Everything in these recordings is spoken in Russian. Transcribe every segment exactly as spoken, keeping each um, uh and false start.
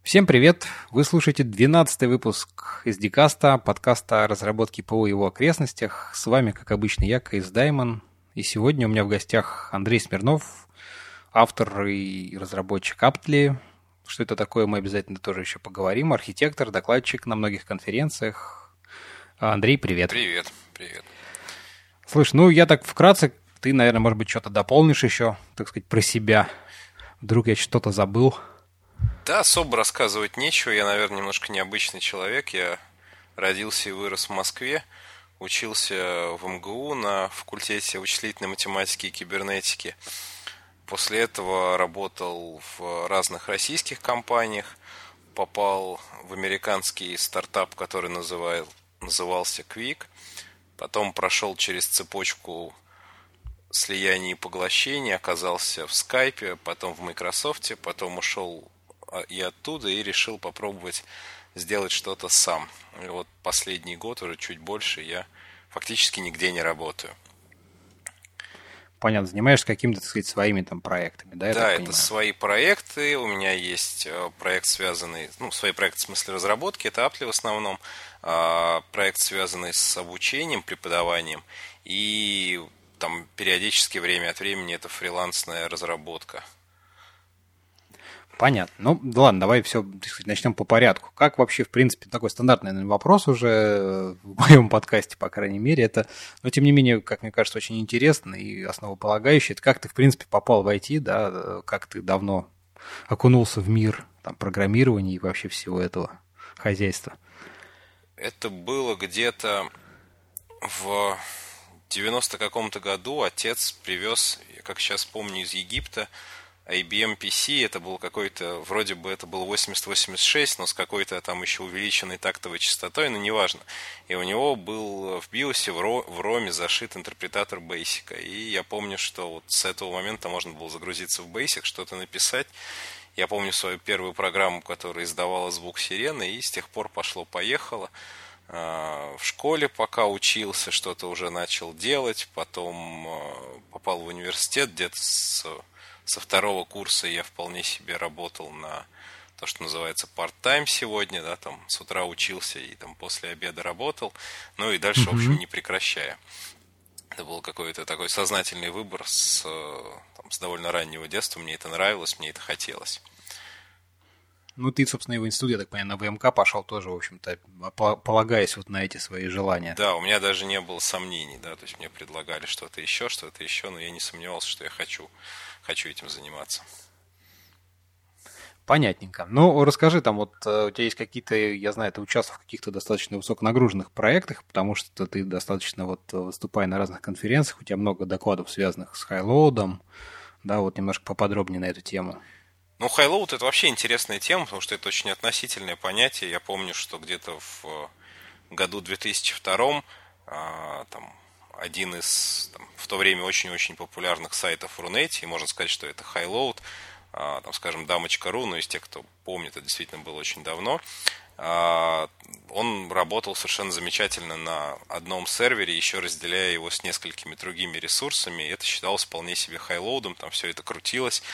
Всем привет! Вы слушаете двенадцатый выпуск эс ди каста, подкаста о разработке ПО и его окрестностях. С вами, как обычно, я, Кейс Даймон. И сегодня у меня в гостях Андрей Смирнов, автор и разработчик Aptly. Что это такое, мы обязательно тоже еще поговорим. Архитектор, докладчик на многих конференциях. Андрей, привет. Привет, привет. Слушай, ну я так вкратце, ты, наверное, может быть, что-то дополнишь еще, так сказать, про себя. Вдруг я что-то забыл. Да, особо рассказывать нечего. Я, наверное, немножко необычный человек. Я родился и вырос в Москве. Учился в эм гэ у на факультете вычислительной математики и кибернетики. После этого работал в разных российских компаниях. Попал в американский стартап, который называл, назывался Quick. Потом прошел через цепочку слияний и поглощений. Оказался в Skype, потом в Microsoft. Потом ушел и оттуда, и решил попробовать сделать что-то сам. И вот последний год, уже чуть больше, я фактически нигде не работаю. Понятно, занимаешься какими-то, так сказать, своими там проектами, да? Да, это свои проекты. У меня есть проект, связанный, ну, свои проекты в смысле разработки, это Aptly в основном, проект, связанный с обучением, преподаванием, и там периодически время от времени это фрилансная разработка. Понятно. Ну, ладно, давай все, так сказать, начнем по порядку. Как вообще, в принципе, такой стандартный, наверное, вопрос уже в моем подкасте, по крайней мере, это, но тем не менее, как мне кажется, очень интересно и основополагающий. Это как ты, в принципе, попал в ай ти, да, как ты давно окунулся в мир там, программирования и вообще всего этого хозяйства? Это было где-то в девяностом каком-то году. Отец привез, как сейчас помню, из Египта ай би эм пи си, это был какой-то, вроде бы это был восемьдесят восемьдесят шесть, но с какой-то там еще увеличенной тактовой частотой, но неважно. И у него был в биосе, в роме зашит интерпретатор Basic. И я помню, что вот с этого момента можно было загрузиться в Basic, что-то написать. Я помню свою первую программу, которая издавала звук сирены, и с тех пор пошло-поехало. В школе пока учился, что-то уже начал делать, потом попал в университет, где-то с... Со второго курса я вполне себе работал на то, что называется part-time сегодня, да, там с утра учился и там после обеда работал, ну и дальше, в общем, не прекращая. Это был какой-то такой сознательный выбор с, там, с довольно раннего детства, мне это нравилось, мне это хотелось. Ну, ты, собственно, и в институт, я так понимаю, на вэ эм ка пошел тоже, в общем-то, полагаясь вот на эти свои желания. Да, у меня даже не было сомнений, да, то есть мне предлагали что-то еще, что-то еще, но я не сомневался, что я хочу, хочу этим заниматься. Понятненько. Ну, расскажи, там вот у тебя есть какие-то, я знаю, ты участвовал в каких-то достаточно высоконагруженных проектах, потому что ты достаточно вот выступая на разных конференциях, у тебя много докладов, связанных с хайлоудом, да, вот немножко поподробнее на эту тему. Ну, хайлоуд — это вообще интересная тема, потому что это очень относительное понятие. Я помню, что где-то в году две тысячи втором а, там, один из там, в то время очень-очень популярных сайтов в Рунете, и можно сказать, что это хайлоуд, а, там, скажем, дамочка.ру, но из тех, кто помнит, это действительно было очень давно. А, он работал совершенно замечательно на одном сервере, еще разделяя его с несколькими другими ресурсами, и это считалось вполне себе хайлоудом, там все это крутилось.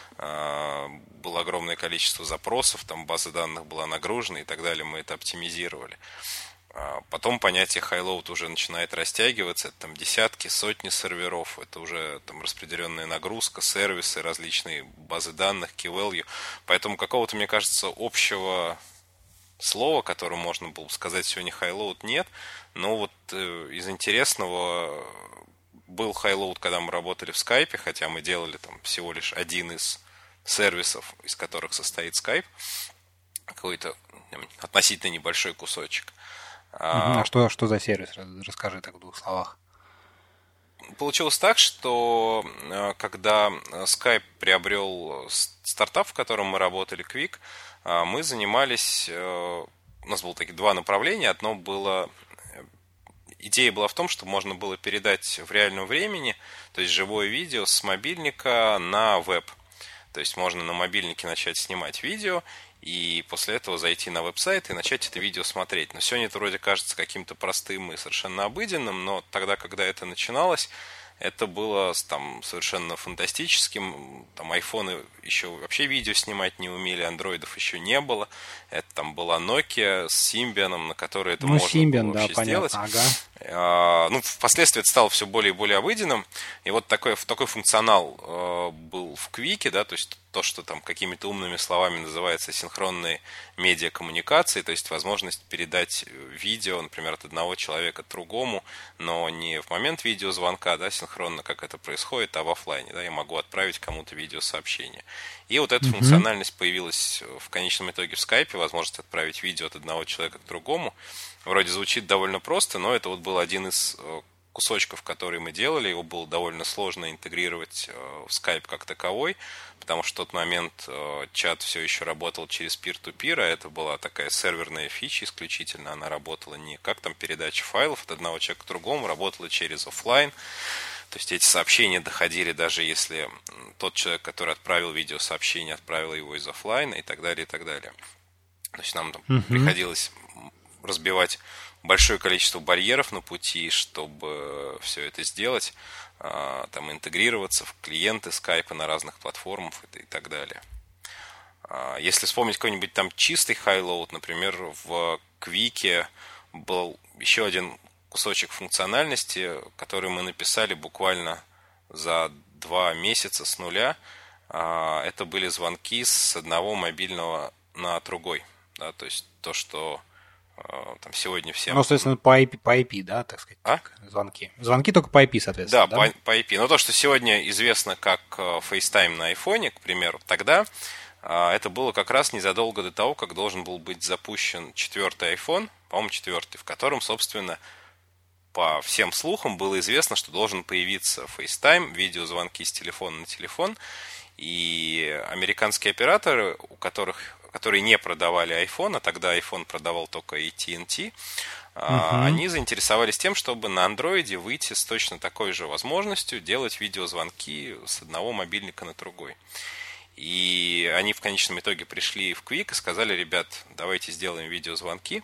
Было огромное количество запросов, там база данных была нагружена и так далее, мы это оптимизировали. Потом понятие хайлоуд уже начинает растягиваться, это там десятки, сотни серверов, это уже там распределенная нагрузка, сервисы, различные базы данных, key value. Поэтому какого-то, мне кажется, общего слова, которое можно было бы сказать сегодня хайлоуд, нет. Но вот из интересного был хайлоуд, когда мы работали в Skype, хотя мы делали там всего лишь один из сервисов, из которых состоит Skype, какой-то относительно небольшой кусочек. А, а что, что за сервис? Расскажи так в двух словах. Получилось так, что когда Skype приобрел стартап, в котором мы работали, Quick, мы занимались, у нас было такие два направления. Одно было, идея была в том, что можно было передать в реальном времени, то есть живое видео с мобильника на веб. То есть можно на мобильнике начать снимать видео, и после этого зайти на веб-сайт и начать это видео смотреть. Но сегодня это вроде кажется каким-то простым и совершенно обыденным, но тогда, когда это начиналось, это было там совершенно фантастическим. Там айфоны еще вообще видео снимать не умели, андроидов еще не было. Это там была Nokia с Symbian, на которой это ну, можно Symbian, было вообще да, сделать. Понятно, ага. А, ну, впоследствии это стало все более и более обыденным. И вот такой, такой функционал э, был в Квике, да, то есть то, что там какими-то умными словами называется синхронной медиакоммуникацией, то есть возможность передать видео, например, от одного человека к другому, но не в момент видеозвонка, да, синхронно, как это происходит, а в офлайне, да, я могу отправить кому-то видеосообщение. И вот эта Угу. функциональность появилась в конечном итоге в скайпе, возможность отправить видео от одного человека к другому. Вроде звучит довольно просто, но это вот был один из кусочков, которые мы делали. Его было довольно сложно интегрировать в Skype как таковой, потому что в тот момент чат все еще работал через peer-to-peer, а это была такая серверная фича исключительно. Она работала не как там передача файлов от одного человека к другому, работала через офлайн. То есть эти сообщения доходили, даже если тот человек, который отправил видеосообщение, отправил его из офлайна и так далее, и так далее. То есть нам там uh-huh. приходилось разбивать большое количество барьеров на пути, чтобы все это сделать, там интегрироваться в клиенты скайпа на разных платформах и так далее. Если вспомнить какой-нибудь там чистый хайлоуд, например, в Квике был еще один кусочек функциональности, который мы написали буквально за два месяца с нуля. Это были звонки с одного мобильного на другой. Да, то есть то, что там сегодня всем... Ну, соответственно, по ай пи, по ай пи, да, так сказать, а? звонки. Звонки только по ай пи, соответственно, да? Да, по, по ай пи. Но то, что сегодня известно как FaceTime на айфоне, к примеру, тогда это было как раз незадолго до того, как должен был быть запущен четвертый iPhone, по-моему, четвертый, в котором, собственно, по всем слухам было известно, что должен появиться FaceTime, видеозвонки с телефона на телефон, и американские операторы, у которых, которые не продавали iPhone, а тогда iPhone продавал только эй ти энд ти, uh-huh. они заинтересовались тем, чтобы на Android выйти с точно такой же возможностью делать видеозвонки с одного мобильника на другой. И они в конечном итоге пришли в Quick и сказали: ребят, давайте сделаем видеозвонки.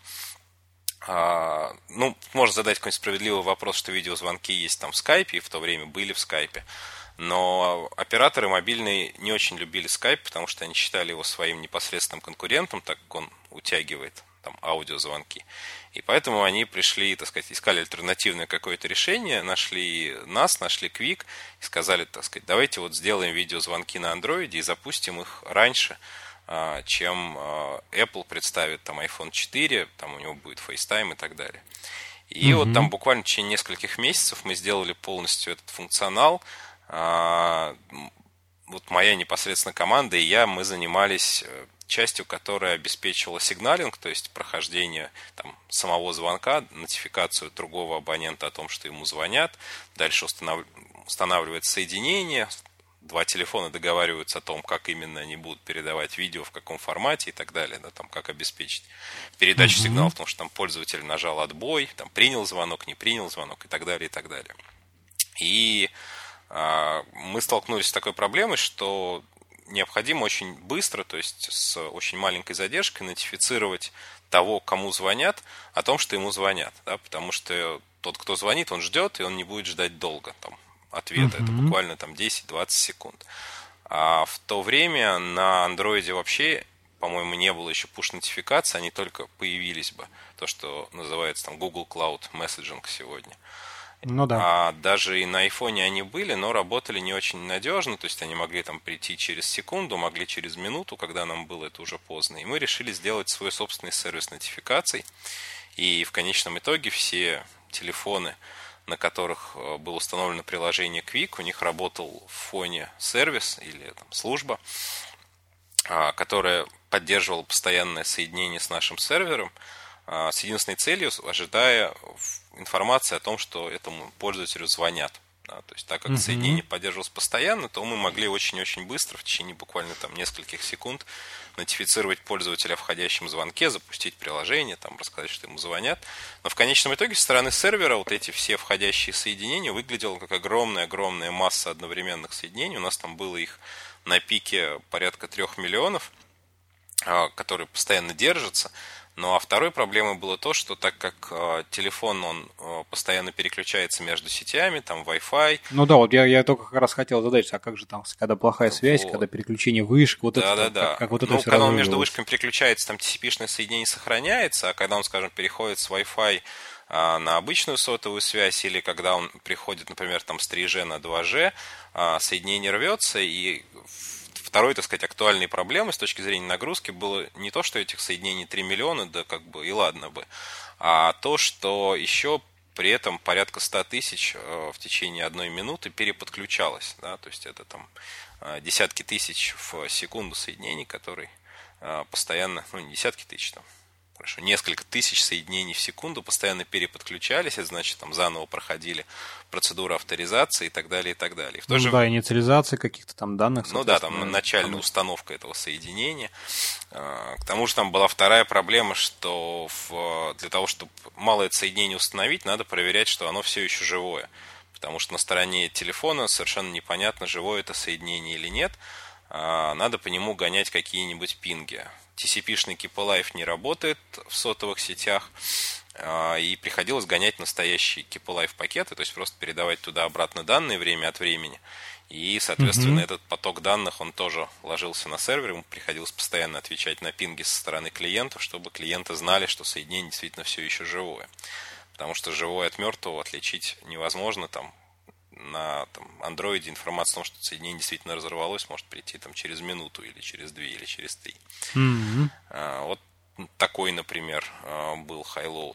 А, ну, можно задать какой-нибудь справедливый вопрос, что видеозвонки есть там в скайпе, и в то время были в скайпе. Но операторы мобильные не очень любили скайп, потому что они считали его своим непосредственным конкурентом, так как он утягивает там аудиозвонки. И поэтому они пришли, так сказать, искали альтернативное какое-то решение, нашли нас, нашли Quick и сказали, так сказать, давайте вот сделаем видеозвонки на Android и запустим их раньше, чем Apple представит там айфон четыре, там у него будет FaceTime и так далее. И mm-hmm. вот там буквально в течение нескольких месяцев мы сделали полностью этот функционал. Вот моя непосредственно команда и я, мы занимались частью, которая обеспечивала сигналинг, то есть прохождение там, самого звонка, нотификацию другого абонента о том, что ему звонят. Дальше установ... устанавливается соединение, два телефона договариваются о том, как именно они будут передавать видео, в каком формате и так далее, да, там, как обеспечить передачу mm-hmm. сигнала, потому что там пользователь нажал отбой, там, принял звонок, не принял звонок и так далее, и так далее. И а, мы столкнулись с такой проблемой, что необходимо очень быстро, то есть с очень маленькой задержкой нотифицировать того, кому звонят, о том, что ему звонят, да, потому что тот, кто звонит, он ждет, и он не будет ждать долго там, ответа, uh-huh. это буквально там десять-двадцать секунд. А в то время на Android вообще, по-моему, не было еще push-нотификаций, они только появились бы, то, что называется там Google Cloud Messaging сегодня. Ну да. А даже и на айфоне они были, но работали не очень надежно, то есть они могли там прийти через секунду, могли через минуту, когда нам было это уже поздно. И мы решили сделать свой собственный сервис нотификаций. И в конечном итоге все телефоны, на которых было установлено приложение Quick, у них работал в фоне сервис или там, служба, которая поддерживала постоянное соединение с нашим сервером, с единственной целью, ожидая информации о том, что этому пользователю звонят. Да, то есть, так как uh-huh. соединение поддерживалось постоянно, то мы могли очень-очень быстро, в течение буквально там нескольких секунд, нотифицировать пользователя о входящем звонке, запустить приложение, там, рассказать, что ему звонят. Но в конечном итоге, со стороны сервера, вот эти все входящие соединения выглядело как огромная-огромная масса одновременных соединений. У нас там было их на пике порядка трех миллионов, которые постоянно держатся. Ну а второй проблемой было то, что так как э, телефон, он э, постоянно переключается между сетями, там Wi-Fi. Ну да, вот я, я только как раз хотел задать, а как же там, когда плохая связь, Вот. когда переключение вышек, вот Да, это да, как, да. как вот это Ну, все когда он между разруливалось? вышками переключается, там ти си пи-шное соединение сохраняется, а когда он, скажем, переходит с Wi-Fi а, на обычную сотовую связь, или когда он приходит, например, там с три джи на два джи, а, соединение рвется, и второй, так сказать, актуальной проблемой с точки зрения нагрузки было не то, что этих соединений три миллиона, да как бы и ладно бы, а то, что еще при этом порядка ста тысяч в течение одной минуты переподключалось. Да, то есть это там десятки тысяч в секунду соединений, которые постоянно, ну не десятки тысяч, там, хорошо, несколько тысяч соединений в секунду постоянно переподключались, это значит, там заново проходили процедуру авторизации и так далее, и так далее. И в то Ну же... да, инициализация каких-то там данных. Ну да, там начальная установка этого соединения. К тому же там была вторая проблема, что в... для того, чтобы малое соединение установить, надо проверять, что оно все еще живое. Потому что на стороне телефона совершенно непонятно, живое это соединение или нет. Надо по нему гонять какие-нибудь пинги. ти си пи-шный Keep Alive не работает в сотовых сетях, и приходилось гонять настоящие Keep Alive пакеты, то есть просто передавать туда-обратно данные время от времени. И, соответственно, mm-hmm. этот поток данных, он тоже ложился на сервер, ему приходилось постоянно отвечать на пинги со стороны клиентов, чтобы клиенты знали, что соединение действительно все еще живое. Потому что живое от мертвого отличить невозможно, там, на там, андроиде информация о том, что соединение действительно разорвалось, может прийти там, через минуту, или через две, или через три. Mm-hmm. А, вот такой, например, был high-load.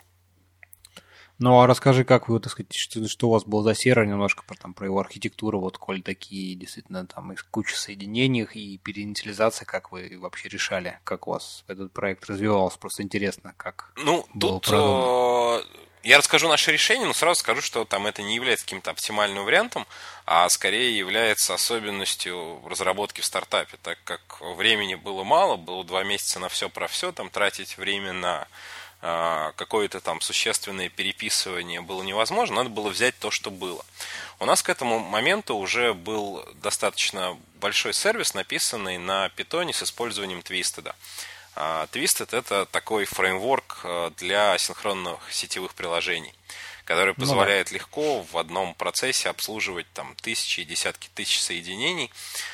Ну, а расскажи, как вы, так сказать, что, что у вас был за сервер, немножко про, там, про его архитектуру, вот, коль такие действительно там из кучи соединений и переинициализация, как вы вообще решали, как у вас этот проект развивался, просто интересно, как ну, было тут продумано. Я расскажу наше решение, но сразу скажу, что там это не является каким-то оптимальным вариантом, а скорее является особенностью разработки в стартапе, так как времени было мало, было два месяца на все про все, там тратить время на э, какое-то там существенное переписывание было невозможно, надо было взять то, что было. У нас к этому моменту уже был достаточно большой сервис, написанный на питоне с использованием Twisted. Twisted – это такой фреймворк для синхронных сетевых приложений, который позволяет ну, да. легко в одном процессе обслуживать там, тысячи и десятки тысяч соединений.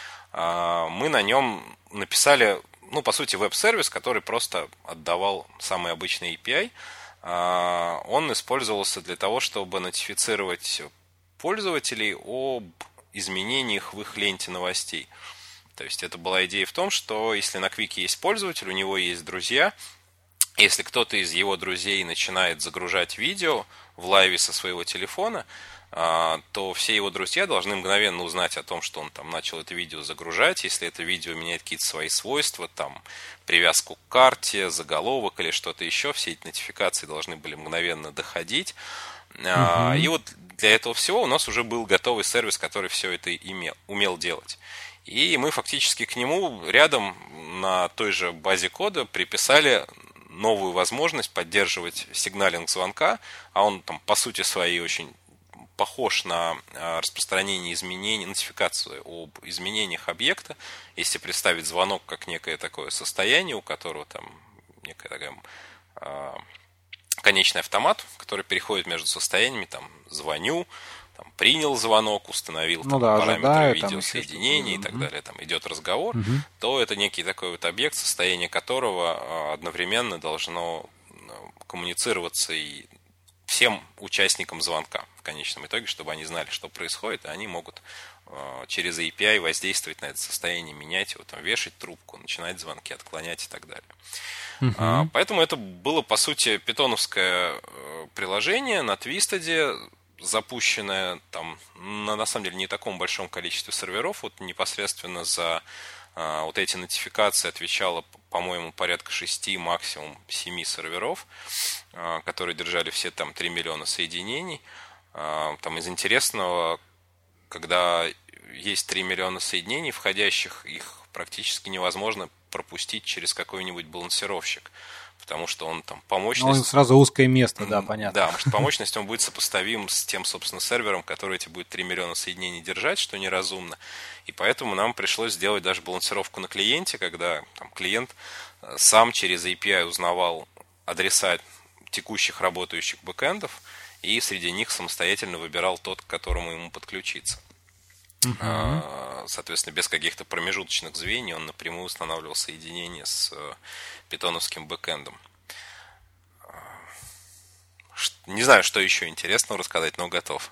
Мы на нем написали, ну, по сути, веб-сервис, который просто отдавал самый обычный эй пи ай. Он использовался для того, чтобы нотифицировать пользователей об изменениях в их ленте новостей. То есть это была идея в том, что если на Квике есть пользователь, у него есть друзья, если кто-то из его друзей начинает загружать видео в лайве со своего телефона, то все его друзья должны мгновенно узнать о том, что он там начал это видео загружать. Если это видео меняет какие-то свои свойства, там привязку к карте, заголовок или что-то еще, все эти нотификации должны были мгновенно доходить. Mm-hmm. И вот для этого всего у нас уже был готовый сервис, который все это имел, умел делать. И мы фактически к нему рядом на той же базе кода приписали новую возможность поддерживать сигналинг звонка, а он там по сути своей очень похож на распространение изменений, нотификацию об изменениях объекта. Если представить звонок как некое такое состояние, у которого там некая такая э, конечный автомат, который переходит между состояниями, там звоню, там, принял звонок, установил ну там, да, параметры ожидаю, видеосоединения и так далее, там идет разговор, угу. то это некий такой вот объект, состояние которого одновременно должно коммуницироваться и всем участникам звонка в конечном итоге, чтобы они знали, что происходит, и они могут через эй пи ай воздействовать на это состояние, менять его, там, вешать трубку, начинать звонки, отклонять и так далее. Uh-huh. Поэтому это было, по сути, питоновское приложение на Twisted, запущенное там, на, на самом деле, не таком большом количестве серверов. Вот непосредственно за а, вот эти нотификации отвечало, по-моему, порядка шести, максимум семи серверов, а, которые держали все там три миллиона соединений. А, там из интересного, когда есть три миллиона соединений входящих, их практически невозможно пропустить через какой-нибудь балансировщик. Потому что он там по мощности... Ну, сразу узкое место, да, понятно. Да, потому что по мощности он будет сопоставим с тем, собственно, сервером, который эти будет три миллиона соединений держать, что неразумно. И поэтому нам пришлось сделать даже балансировку на клиенте, когда там, клиент сам через эй пи ай узнавал адреса текущих работающих бэкэндов и среди них самостоятельно выбирал тот, к которому ему подключиться. Uh-huh. Соответственно, без каких-то промежуточных звеньев он напрямую устанавливал соединение с питоновским бэкэндом. Не знаю, что еще интересного рассказать, но готов.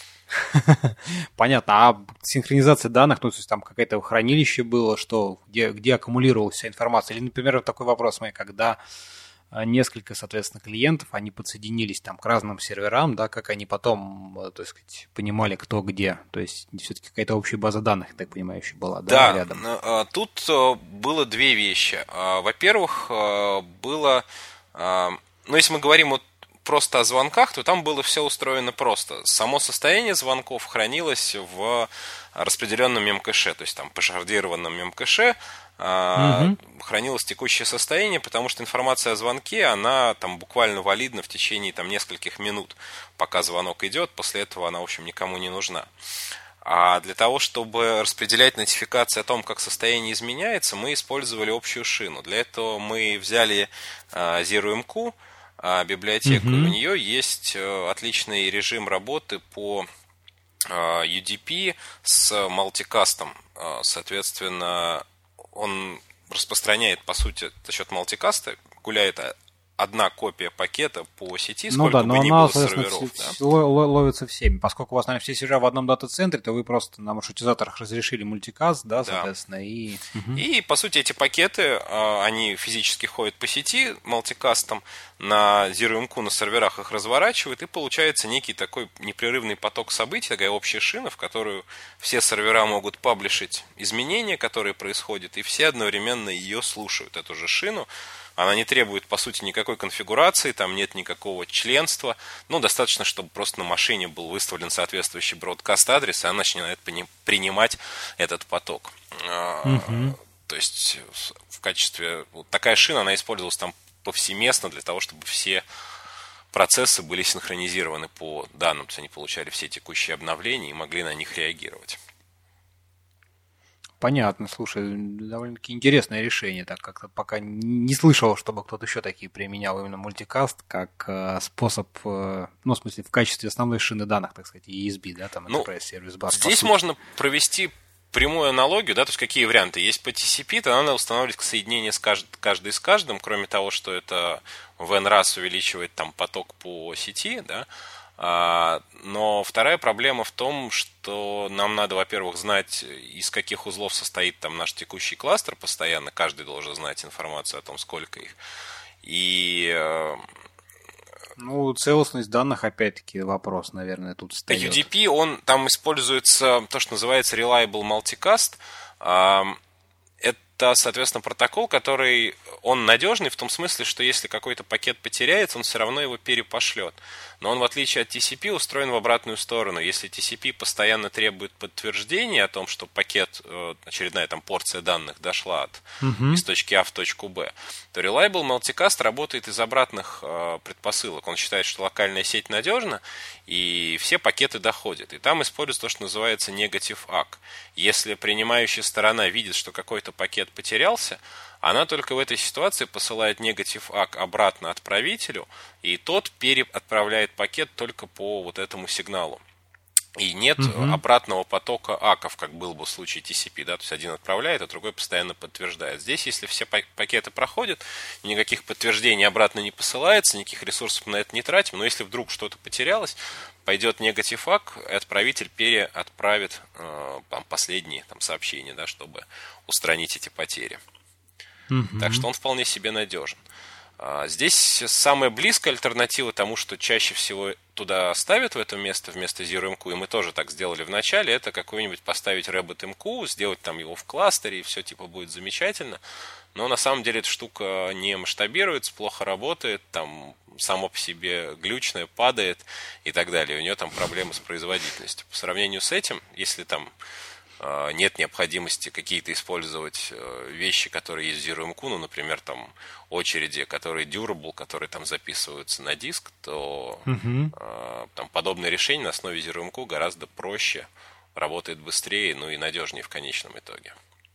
Понятно. А синхронизация данных, ну, то есть там какое-то хранилище было, что, где, где аккумулировалась вся информация? Или, например, такой вопрос мой, когда несколько, соответственно, клиентов, они подсоединились там к разным серверам, да, как они потом, так сказать, понимали, кто где. То есть все-таки какая-то общая база данных, я так понимаю, еще была, да, да, рядом. Тут было две вещи. Во-первых, было, ну, если мы говорим вот просто о звонках, то там было все устроено просто. Само состояние звонков хранилось в распределенном мемкэше, то есть там по шардированном мемкэше угу. хранилось текущее состояние, потому что информация о звонке, она там буквально валидна в течение там нескольких минут, пока звонок идет, после этого она, в общем, никому не нужна. А для того, чтобы распределять нотификации о том, как состояние изменяется, мы использовали общую шину. Для этого мы взяли ZeroMQ, библиотеку, mm-hmm. у нее есть отличный режим работы по ю ди пи с мультикастом. Соответственно, он распространяет, по сути, за счет мультикаста, гуляет одна копия пакета по сети, ну сколько да, бы ни она, было серверов. Да? ловится всеми. Поскольку у вас, наверное, все сервера в одном дата-центре, то вы просто на маршрутизаторах разрешили мультикаст, да, соответственно, да. и... Угу. И, по сути, эти пакеты, они физически ходят по сети мультикастом, на ZeroMQ на серверах их разворачивают, и получается некий такой непрерывный поток событий, такая общая шина, в которую все сервера могут паблишить изменения, которые происходят, и все одновременно ее слушают, эту же шину. Она не требует, по сути, никакой конфигурации, там нет никакого членства. Ну, достаточно, чтобы просто на машине был выставлен соответствующий бродкаст-адрес, и она начинает принимать этот поток. Угу. То есть, в качестве... Вот такая шина, она использовалась там повсеместно для того, чтобы все процессы были синхронизированы по данным. То есть, они получали все текущие обновления и могли на них реагировать. Понятно, слушай, довольно-таки интересное решение, так как-то пока не слышал, чтобы кто-то еще такие применял именно мультикаст как э, способ, э, ну, в смысле, в качестве основной шины данных, так сказать, и и эс би, да, там, ну, Enterprise Service Bus. Здесь можно провести прямую аналогию, да, то есть какие варианты. Есть по ти си пи, то надо устанавливать соединение с кажд... каждый с каждым, кроме того, что это в эн раз увеличивает там поток по сети, да. Но вторая проблема в том, что нам надо, во-первых, знать, из каких узлов состоит там наш текущий кластер постоянно. Каждый должен знать информацию о том, сколько их. И... Ну, целостность данных, опять-таки, вопрос, наверное, тут встает. ю ди пи, он, там используется то, что называется Reliable Multicast. Это, соответственно, протокол, который, он надежный в том смысле, что если какой-то пакет потеряется, он все равно его перепошлет. Но он, в отличие от ти си пи, устроен в обратную сторону. Если ти си пи постоянно требует подтверждения о том, что пакет, очередная там порция данных дошла от, uh-huh. из точки А в точку Б, то Reliable Multicast работает из обратных э, предпосылок. Он считает, что локальная сеть надежна, и все пакеты доходят. И там используется то, что называется Negative эй си. Если принимающая сторона видит, что какой-то пакет потерялся, она только в этой ситуации посылает Negative эй си обратно отправителю, и тот переотправляет пакет только по вот этому сигналу. И нет uh-huh. обратного потока аков, как был бы в случае ти си пи, да, то есть один отправляет, а другой постоянно подтверждает. Здесь, если все пакеты проходят, никаких подтверждений обратно не посылается, никаких ресурсов на это не тратим, но если вдруг что-то потерялось, пойдет Negative эй си, и отправитель переотправит э, там, последние там, сообщения, да, чтобы устранить эти потери. Uh-huh. Так что он вполне себе надежен. Здесь самая близкая альтернатива тому, что чаще всего туда ставят в это место вместо ZeroMQ, и мы тоже так сделали в начале, это какой-нибудь поставить RabbitMQ, сделать там его в кластере, и все типа будет замечательно. Но на самом деле эта штука не масштабируется, плохо работает, там само по себе глючное, падает и так далее. У нее там проблемы с производительностью. По сравнению с этим, если там нет необходимости какие-то использовать вещи, которые есть в Zero эм кью, ну, например, там очереди, которые durable, которые там записываются на диск, то Угу. там подобное решение на основе Zero эм кью гораздо проще, работает быстрее, ну и надежнее в конечном итоге.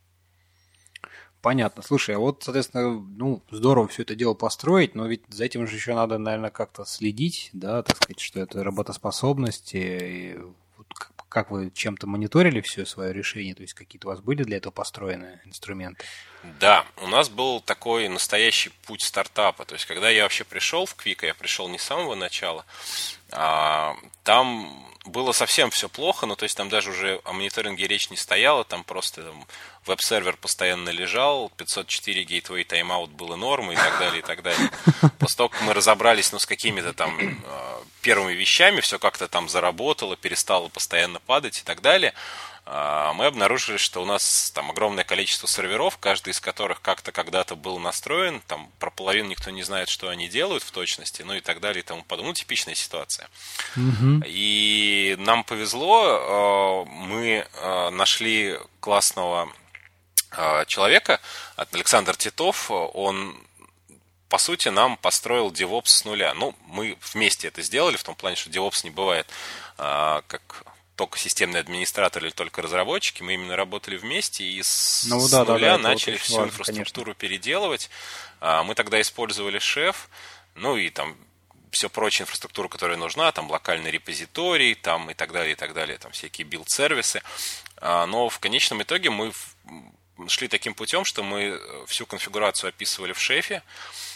Понятно. Слушай, а вот, соответственно, ну, здорово все это дело построить, но ведь за этим же еще надо, наверное, как-то следить, да, так сказать, что это работоспособность. И вот как, как вы чем-то мониторили все свое решение? То есть какие-то у вас были для этого построены инструменты? Да, у нас был такой настоящий путь стартапа. То есть, когда я вообще пришел в Quick, я пришел не с самого начала, а, там было совсем все плохо, ну, то есть там даже уже о мониторинге речь не стояла, там просто там, веб-сервер постоянно лежал, пятьсот четыре гейтвей тайм-аут было нормой и так далее, и так далее. После того, как мы разобрались, ну, с какими-то там э, первыми вещами, все как-то там заработало, перестало постоянно падать и так далее, э, мы обнаружили, что у нас там огромное количество серверов, каждый из которых как-то когда-то был настроен, там про половину никто не знает, что они делают в точности, ну и так далее и тому подобное. Ну, типичная ситуация. Угу. И нам повезло, мы нашли классного человека, Александр Титов, он, по сути, нам построил DevOps с нуля. Ну, мы вместе это сделали, в том плане, что DevOps не бывает как только системный администратор или только разработчики, мы именно работали вместе и с, ну, с да, нуля да, да, начали всю важно, инфраструктуру конечно. переделывать. Мы тогда использовали Chef, ну и там все прочая инфраструктура, которая нужна, там локальный репозиторий, там и так далее, и так далее, там всякие билд-сервисы. Но в конечном итоге мы шли таким путем, что мы всю конфигурацию описывали в шефе,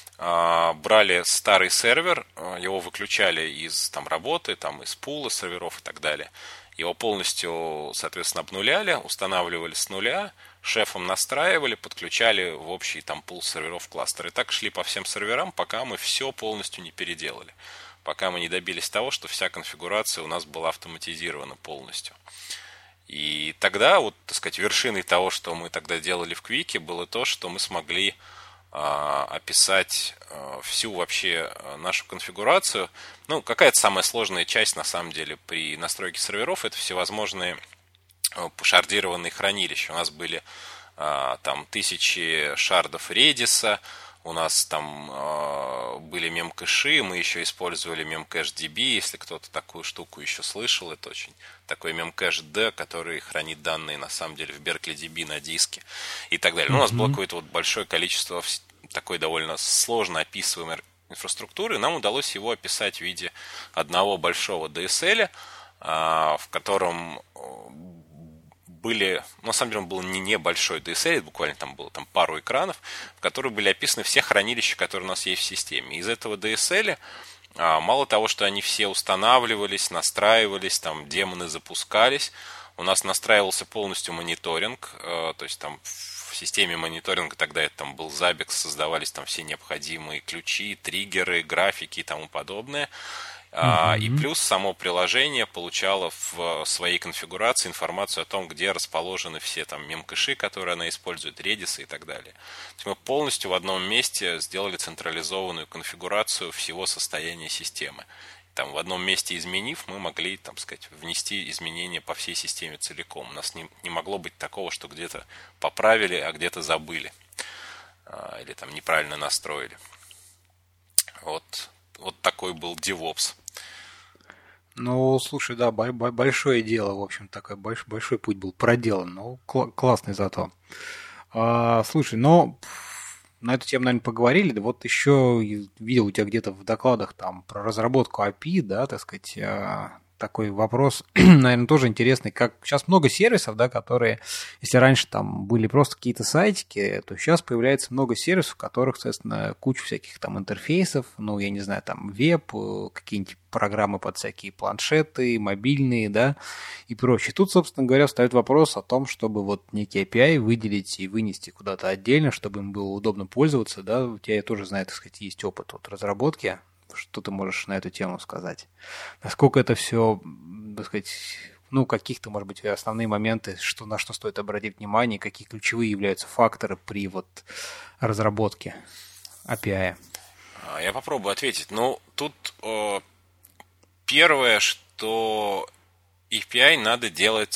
брали старый сервер, его выключали из там, работы, там, из пула серверов и так далее. Его полностью, соответственно, обнуляли, устанавливали с нуля, шефом настраивали, подключали в общий там пул серверов кластер. И так шли по всем серверам, пока мы все полностью не переделали. Пока мы не добились того, что вся конфигурация у нас была автоматизирована полностью. И тогда, вот, так сказать, вершиной того, что мы тогда делали в Quick, было то, что мы смогли описать всю вообще нашу конфигурацию. Ну, какая-то самая сложная часть, на самом деле, при настройке серверов, это всевозможные пошардированные хранилища. У нас были там тысячи шардов Redis, у нас там были мемкэши, мы еще использовали memcache.db, если кто-то такую штуку еще слышал, это очень такой memcache.d, который хранит данные на самом деле в BerkeleyDB на диске и так далее. Но у нас было какое-то вот большое количество такой довольно сложно описываемой инфраструктуры. Нам удалось его описать в виде одного большого ди эс эл, в котором были, на самом деле он был не небольшой ди эс эл, буквально там было там пару экранов, в которых были описаны все хранилища, которые у нас есть в системе. Из этого ди эс эл мало того, что они все устанавливались, настраивались, там демоны запускались, у нас настраивался полностью мониторинг, то есть там в системе мониторинга тогда это там был Zabbix, создавались там все необходимые ключи, триггеры, графики и тому подобное. Mm-hmm. И плюс само приложение получало в своей конфигурации информацию о том, где расположены все там мемкэши, которые она использует, Redis и так далее. То есть мы полностью в одном месте сделали централизованную конфигурацию всего состояния системы. Там в одном месте изменив, мы могли, там сказать, внести изменения по всей системе целиком. У нас не, не могло быть такого, что где-то поправили, а где-то забыли. Или там неправильно настроили. Вот. Вот такой был DevOps. Ну, слушай, да, большое дело, в общем, такой большой, большой путь был проделан. Ну, кл- классный зато. А, слушай, ну, на эту тему, наверное, поговорили. Да вот еще видел у тебя где-то в докладах там про разработку эй пи ай, да, так сказать, такой вопрос, наверное, тоже интересный. Как сейчас много сервисов, да, которые, если раньше там были просто какие-то сайтики, то сейчас появляется много сервисов, в которых, соответственно, куча всяких там интерфейсов, ну, я не знаю, там веб, какие-нибудь программы под всякие планшеты, мобильные, да, и прочее. Тут, собственно говоря, встает вопрос о том, чтобы вот некий эй пи ай выделить и вынести куда-то отдельно, чтобы им было удобно пользоваться, да. У тебя, я тоже знаю, так сказать, есть опыт вот разработки. Что ты можешь на эту тему сказать? Насколько это все, так сказать, ну, каких-то, может быть, основные моменты, что, на что стоит обратить внимание, какие ключевые являются факторы при вот разработке эй пи ай? Я попробую ответить. Ну, тут э, первое, что эй пи ай надо делать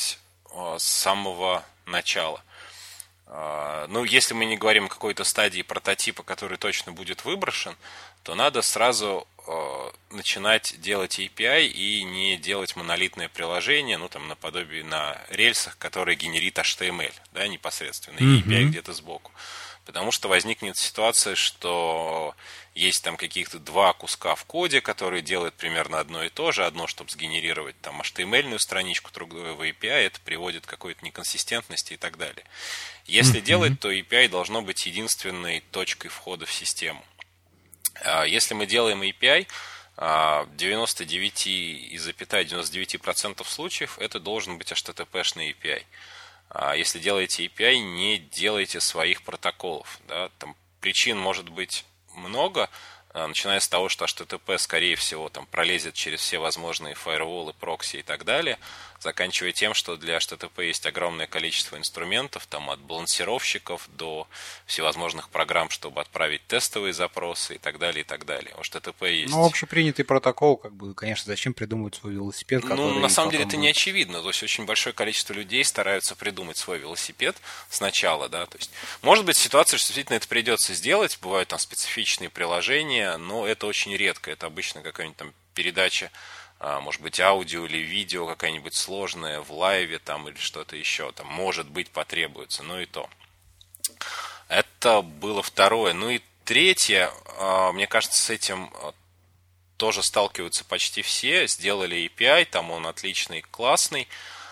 с самого начала. Ну, если мы не говорим о какой-то стадии прототипа, который точно будет выброшен, то надо сразу начинать делать эй пи ай и не делать монолитное приложение, ну, там, наподобие на рельсах, которые генерит эйч ти эм эль, да, непосредственно, и эй пи ай mm-hmm. где-то сбоку. Потому что возникнет ситуация, что есть там каких-то два куска в коде, которые делают примерно одно и то же. Одно, чтобы сгенерировать там эйч ти эм эль-ную страничку, другое в эй пи ай, это приводит к какой-то неконсистентности и так далее. Если mm-hmm. делать, то эй пи ай должно быть единственной точкой входа в систему. Если мы делаем эй пи ай, девяносто девять целых девяносто девять сотых процента случаев это должен быть эйч ти ти пи-шный эй пи ай. Если делаете эй пи ай, не делайте своих протоколов. Да? Там причин может быть много, начиная с того, что эйч ти ти пи, скорее всего, там, пролезет через все возможные фаерволы, прокси и так далее, заканчивая тем, что для эйч ти ти пи есть огромное количество инструментов, там, от балансировщиков до всевозможных программ, чтобы отправить тестовые запросы и так далее, и так далее. У эйч ти ти пи есть... Ну, общепринятый протокол, как бы, конечно, зачем придумывать свой велосипед, который... Ну, на самом деле, это будет... не очевидно. То есть, очень большое количество людей стараются придумать свой велосипед сначала, да, то есть, может быть, ситуация, что действительно это придется сделать, бывают там специфичные приложения, но это очень редко. Это обычно какая-нибудь там передача, может быть, аудио или видео какая-нибудь сложная в лайве там или что-то еще, там, может быть, потребуется, но и то. Это было второе. Ну и третье, мне кажется, с этим тоже сталкиваются почти все. Сделали эй пи ай, там он отличный, классный.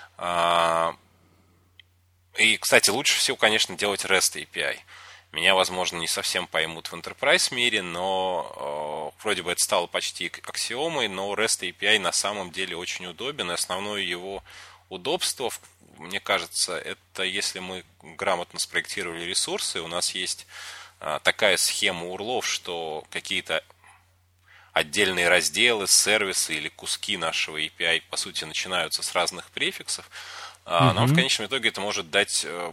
И, кстати, лучше всего, конечно, делать REST эй пи ай. Меня, возможно, не совсем поймут в Enterprise мире, но э, вроде бы это стало почти аксиомой, но REST эй пи ай на самом деле очень удобен, и основное его удобство, мне кажется, это если мы грамотно спроектировали ресурсы, у нас есть э, такая схема урлов, что какие-то отдельные разделы, сервисы или куски нашего эй пи ай, по сути, начинаются с разных префиксов, э, mm-hmm. нам в конечном итоге это может дать... Э,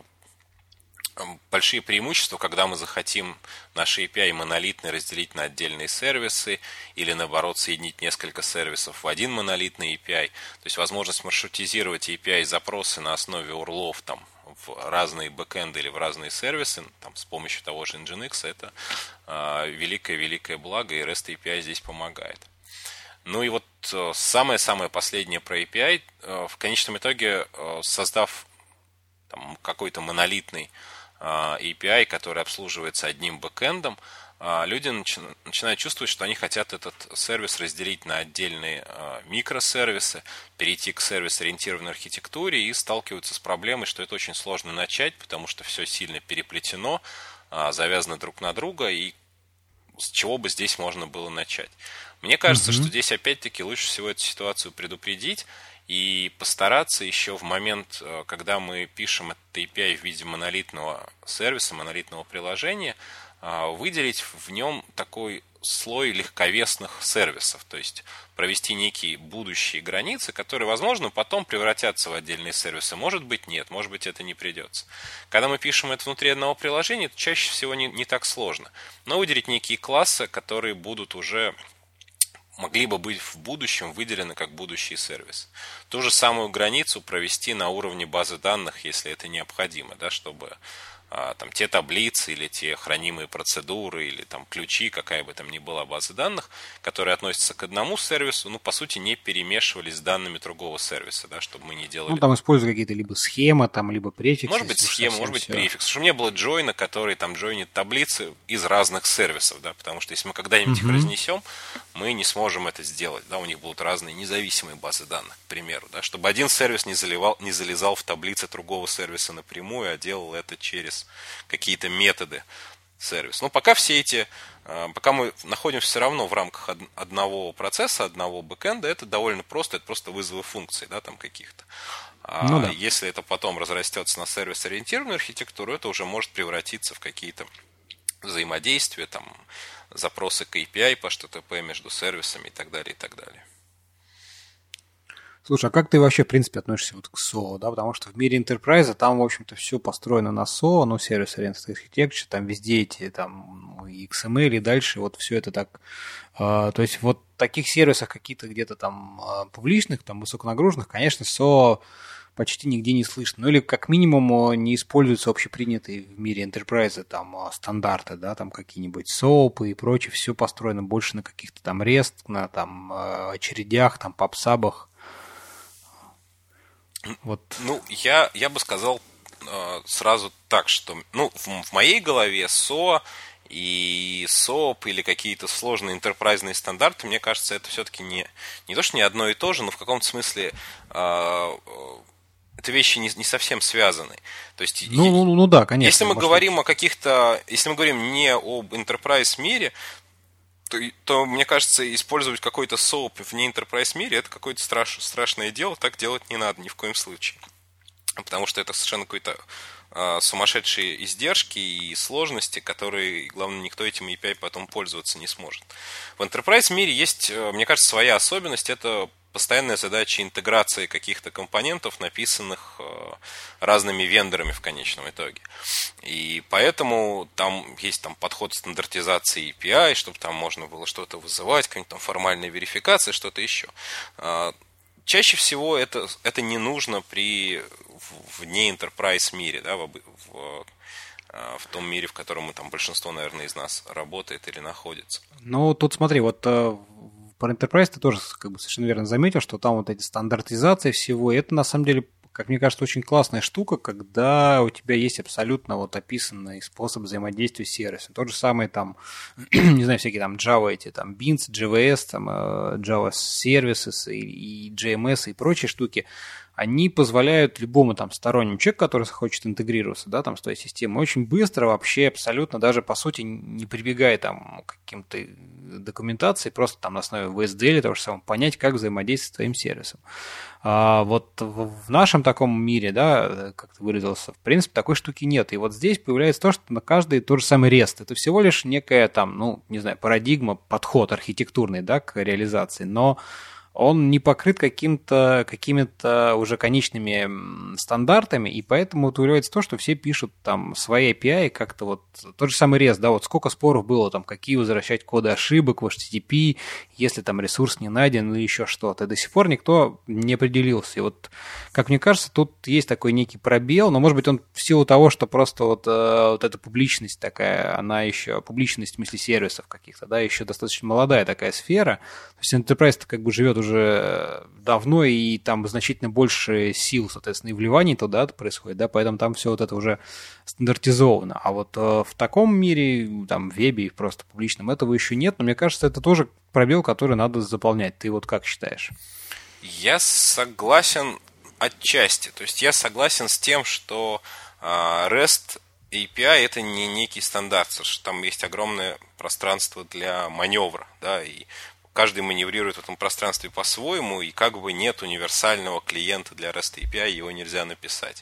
большие преимущества, когда мы захотим наши эй пи ай монолитные разделить на отдельные сервисы или, наоборот, соединить несколько сервисов в один монолитный эй пи ай. То есть возможность маршрутизировать эй пи ай-запросы на основе урлов там, в разные бэкэнды или в разные сервисы там, с помощью того же Nginx, это великое-великое благо, и REST эй пи ай здесь помогает. Ну и вот самое-самое последнее про эй пи ай. В конечном итоге, создав там, какой-то монолитный эй пи ай, который обслуживается одним бэкэндом, люди начинают чувствовать, что они хотят этот сервис разделить на отдельные микросервисы, перейти к сервис-ориентированной архитектуре и сталкиваются с проблемой, что это очень сложно начать, потому что все сильно переплетено, завязано друг на друга, и с чего бы здесь можно было начать. Мне кажется, mm-hmm. что здесь опять-таки лучше всего эту ситуацию предупредить и постараться еще в момент, когда мы пишем этот эй пи ай в виде монолитного сервиса, монолитного приложения, выделить в нем такой слой легковесных сервисов, то есть провести некие будущие границы, которые, возможно, потом превратятся в отдельные сервисы. Может быть, нет, может быть, это не придется. Когда мы пишем это внутри одного приложения, это чаще всего не, не так сложно. Но выделить некие классы, которые будут уже... могли бы быть в будущем выделены как будущий сервис. Ту же самую границу провести на уровне базы данных, если это необходимо, да, чтобы а, там, те таблицы или те хранимые процедуры или там, ключи, какая бы там ни была база данных, которые относятся к одному сервису, ну, по сути, не перемешивались с данными другого сервиса, да, чтобы мы не делали... Ну, там используют какие-то либо схемы, там, либо префиксы. Может быть, схема, может быть, все. Префикс. Чтобы не было джойна, который там джойнит таблицы из разных сервисов, да, потому что если мы когда-нибудь uh-huh. их разнесем, мы не сможем это сделать, да, у них будут разные независимые базы данных, к примеру, да, чтобы один сервис не, заливал, не залезал в таблицы другого сервиса напрямую, а делал это через какие-то методы сервиса. Но пока все эти, пока мы находимся все равно в рамках одного процесса, одного бэкэнда, это довольно просто, это просто вызовы функций, да, там каких-то. А ну, да. Если это потом разрастется на сервис-ориентированную архитектуру, это уже может превратиться в какие-то взаимодействия, там, запросы к эй пи ай по эйч ти ти пи между сервисами и так далее, и так далее. Слушай, а как ты вообще, в принципе, относишься вот к эс о о, да, потому что в мире Enterprise там, в общем-то, все построено на эс о о, ну, Service-Oriented Architecture, там везде эти, там, и икс эм эль, и дальше вот все это так, э, то есть вот в таких сервисах какие-то где-то там э, публичных, там, высоконагруженных, конечно, эс о о почти нигде не слышно. Ну или как минимум не используются общепринятые в мире enterprise там стандарты, да, там какие-нибудь соупы и прочее. Все построено больше на каких-то там REST, на там очередях, там пабсабах. Вот. Ну, я, я бы сказал э, сразу так, что ну, в, в моей голове SOA и соп или какие-то сложные интерпрайзные стандарты, мне кажется, это все-таки не, не то, что не одно и то же, но в каком-то смысле э, это вещи не, не совсем связаны. То есть, ну, е- ну, ну да, конечно. Если мы говорим быть. о каких-то, если мы говорим не об enterprise мире, то, то, мне кажется, использовать какой-то соп в не enterprise мире это какое-то страш, страшное дело, так делать не надо ни в коем случае. Потому что это совершенно какой-то э, сумасшедшие издержки и сложности, которые, главное, никто этим эй пи ай потом пользоваться не сможет. В enterprise мире есть, мне кажется, своя особенность. Это постоянная задача интеграции каких-то компонентов, написанных э, разными вендорами в конечном итоге. И поэтому там есть там, подход стандартизации эй пи ай, чтобы там можно было что-то вызывать, какая-нибудь там формальная верификация, что-то еще. Э, чаще всего это, это не нужно при в не enterprise мире, да, в, в, в том мире, в котором мы там большинство, наверное, из нас работает или находится. Ну, тут смотри, вот про enterprise ты тоже как бы совершенно верно заметил, что там вот эти стандартизации всего, и это на самом деле, как мне кажется, очень классная штука, когда у тебя есть абсолютно вот описанный способ взаимодействия с сервисом. Тот же самый там, не знаю, всякие там Java эти, там Beans, джей ви эс, там Java Services и, и джей эм эс и прочие штуки, они позволяют любому там стороннему человеку, который хочет интегрироваться, да, там с твоей системой, очень быстро вообще абсолютно, даже по сути не прибегая там к каким-то документации, просто там на основе ви эс ди эл того же самого понять, как взаимодействовать с твоим сервисом. А вот в нашем таком мире, да, как ты выразился, в принципе, такой штуки нет. И вот здесь появляется то, что на каждый тот же самый REST. Это всего лишь некая там, ну, не знаю, парадигма, подход архитектурный, да, к реализации, но он не покрыт каким-то, какими-то уже конечными стандартами, и поэтому вот выявляется то, что все пишут там свои эй пи ай, как-то вот тот же самый REST, да, вот сколько споров было, там, какие возвращать коды ошибок в эйч ти ти пи, если там ресурс не найден или еще что-то. И до сих пор никто не определился. И вот, как мне кажется, тут есть такой некий пробел, но, может быть, он в силу того, что просто вот, э, вот эта публичность такая, она еще, публичность в смысле сервисов каких-то, да, еще достаточно молодая такая сфера. То есть Enterprise как бы живет уже уже давно, и там значительно больше сил, соответственно, и вливаний туда происходит, да, поэтому там все вот это уже стандартизовано. А вот э, в таком мире, там, в вебе, просто публичном, этого еще нет, но мне кажется, это тоже пробел, который надо заполнять. Ты вот как считаешь? Я согласен отчасти. То есть я согласен с тем, что э, REST эй пи ай это не некий стандарт, что там есть огромное пространство для маневра, да, и каждый маневрирует в этом пространстве по-своему, и как бы нет универсального клиента для REST эй пи ай, его нельзя написать.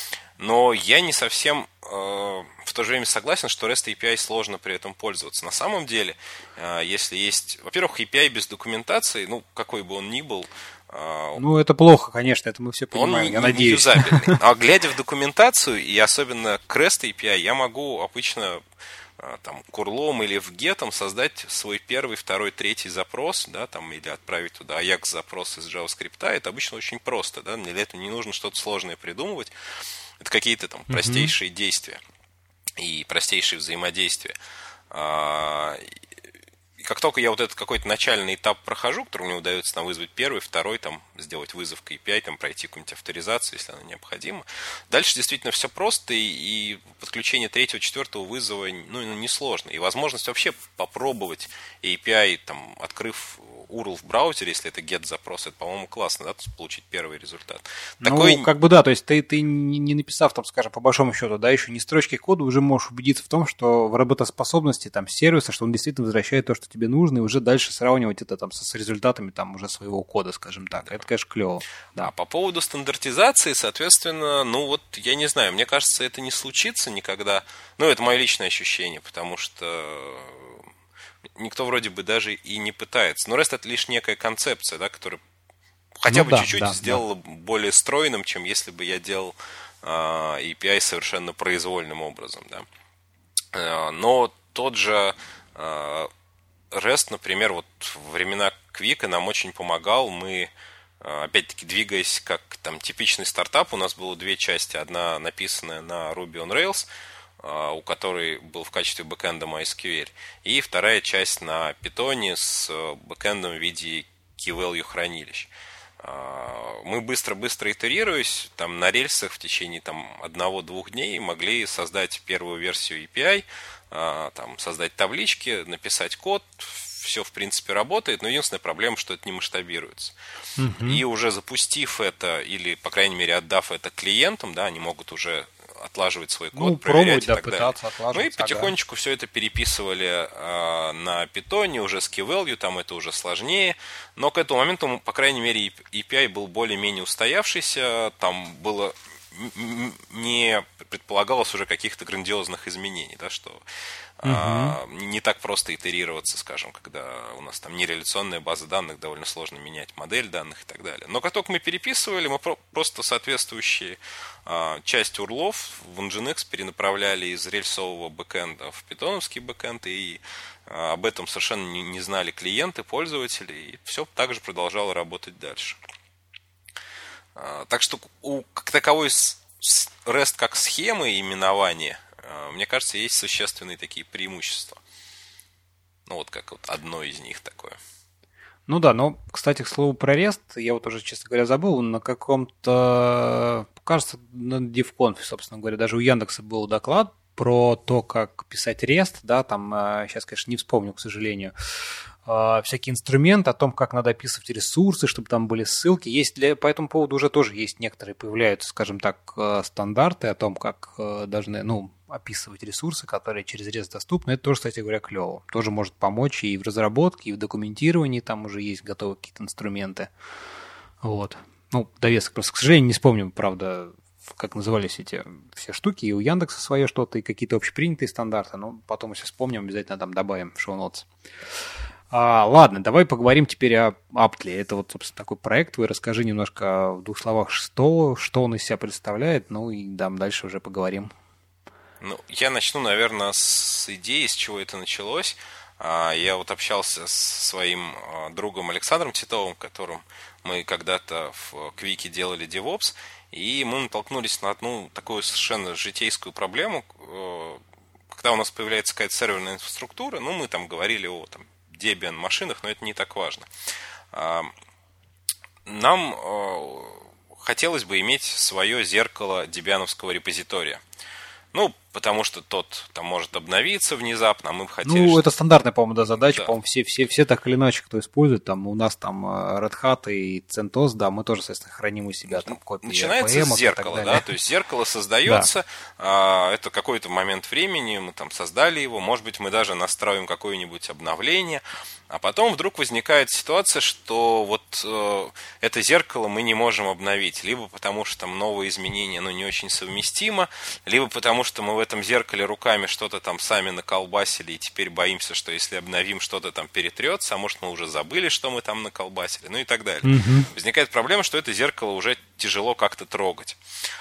Но я не совсем э, в то же время согласен, что REST эй пи ай сложно при этом пользоваться. На самом деле, э, если есть... Во-первых, эй пи ай без документации, ну, какой бы он ни был... Э, ну, это плохо, конечно, это мы все понимаем, он я не, надеюсь. Он не юзабельный. А глядя в документацию, и особенно к REST эй пи ай, я могу обычно... там, курлом или в гетом создать свой первый, второй, третий запрос, да, там, или отправить туда Ajax запрос из JavaScript. Это обычно очень просто, да, для этого не нужно что-то сложное придумывать. Это какие-то там простейшие mm-hmm. действия и простейшие взаимодействия. И как только я вот этот какой-то начальный этап прохожу, который мне удается там вызвать первый, второй, там, сделать вызов к эй пи ай, там, пройти какую-нибудь авторизацию, если она необходима. Дальше действительно все просто, и, и подключение третьего, четвертого вызова ну, несложно. И возможность вообще попробовать эй пи ай, там, открыв ю ар эл в браузере, если это get-запрос, это, по-моему, классно, да, получить первый результат. Ну, Такой... как бы да, то есть ты, ты не написав, там, скажем, по большому счету, да, еще не строчки кода, уже можешь убедиться в том, что в работоспособности там сервиса, что он действительно возвращает то, что тебе нужно, и уже дальше сравнивать это там с результатами там уже своего кода, скажем так. Да. Это, конечно, клево. Да. А по поводу стандартизации, соответственно, ну вот, я не знаю, мне кажется, это не случится никогда. Ну, это мое личное ощущение, потому что никто вроде бы даже и не пытается. Но REST это лишь некая концепция, да, которая хотя ну, бы да, чуть-чуть да, сделала да. более стройным, чем если бы я делал э, эй пи ай совершенно произвольным образом. Да. Э, но тот же э, REST, например, вот во времена Quick нам очень помогал. Мы опять-таки, двигаясь как там типичный стартап, у нас было две части. Одна написанная на Ruby on Rails, у которой был в качестве бэкэнда MySQL, и вторая часть на Python с бэкэндом в виде key-value хранилищ. Мы быстро-быстро итерируясь, там на рельсах в течение там, одного-двух дней могли создать первую версию эй пи ай, там, создать таблички, написать код. Все, в принципе, работает, но единственная проблема, что это не масштабируется. Uh-huh. И уже запустив это, или, по крайней мере, отдав это клиентам, да, они могут уже отлаживать свой код, ну, проверять и да, так далее. Ну и потихонечку ага. все это переписывали э, на Python, уже с key-value, там это уже сложнее. Но к этому моменту, по крайней мере, эй пи ай был более-менее устоявшийся, там было... не предполагалось уже каких-то грандиозных изменений, да, что угу. а, не так просто итерироваться, скажем, когда у нас там нереляционная база данных, довольно сложно менять модель данных и так далее. Но как только мы переписывали, мы про- просто соответствующие а, часть урлов в Nginx перенаправляли из рельсового бэкэнда в питоновский бэкэнд, и а, об этом совершенно не, не знали клиенты, пользователи, и все также продолжало работать дальше. Так что у как таковой REST как схемы именования, мне кажется, есть существенные такие преимущества. Ну вот как вот одно из них такое. Ну да, но, кстати, к слову про REST, я вот уже, честно говоря, забыл, на каком-то, кажется, на DevConf, собственно говоря, даже у Яндекса был доклад про то, как писать REST, да, там, сейчас, конечно, не вспомню, к сожалению, всякие инструменты, о том, как надо описывать ресурсы, чтобы там были ссылки. Есть для, по этому поводу уже тоже есть некоторые появляются, скажем так, стандарты о том, как должны, ну, описывать ресурсы, которые через REST доступны. Это тоже, кстати говоря, клево. Тоже может помочь и в разработке, и в документировании, там уже есть готовые какие-то инструменты. Вот. Ну, довесок просто, к сожалению, не вспомню, правда, как назывались эти все штуки. И у Яндекса свое что-то, и какие-то общепринятые стандарты. Но потом, если вспомним, обязательно там добавим в шоу-нотс. А, ладно, давай поговорим теперь о Aptly. Это вот, собственно, такой проект. Вы расскажи немножко в двух словах, что, что он из себя представляет, ну и там дальше уже поговорим. Ну, я начну, наверное, с идеи, с чего это началось. Я вот общался с своим другом Александром Титовым, которым мы когда-то в Квике делали DevOps, и мы натолкнулись на одну такую совершенно житейскую проблему. Когда у нас появляется какая-то серверная инфраструктура, ну, мы там говорили о там, Debian машинах, но это не так важно. Нам хотелось бы иметь свое зеркало дебиановского репозитория. Ну, потому что тот там может обновиться внезапно, а мы бы хотели... Ну, что... это стандартная, по-моему, да, задача, да. По-моему, все, все, все так или иначе, кто использует, там у нас там Red Hat и CentOS, да, мы тоже, соответственно, храним у себя там копии Начинается с зеркала, да, то есть зеркало создается, да. Это какой-то момент времени, мы там создали его, может быть, мы даже настроим какое-нибудь обновление, а потом вдруг возникает ситуация, что вот э, это зеркало мы не можем обновить, либо потому что там новые изменения, ну, не очень совместимо, либо потому что мы в этом зеркале руками что-то там сами наколбасили, и теперь боимся, что если обновим, что-то там перетрется, а может мы уже забыли, что мы там наколбасили, ну и так далее. Mm-hmm. Возникает проблема, что это зеркало уже тяжело как-то трогать.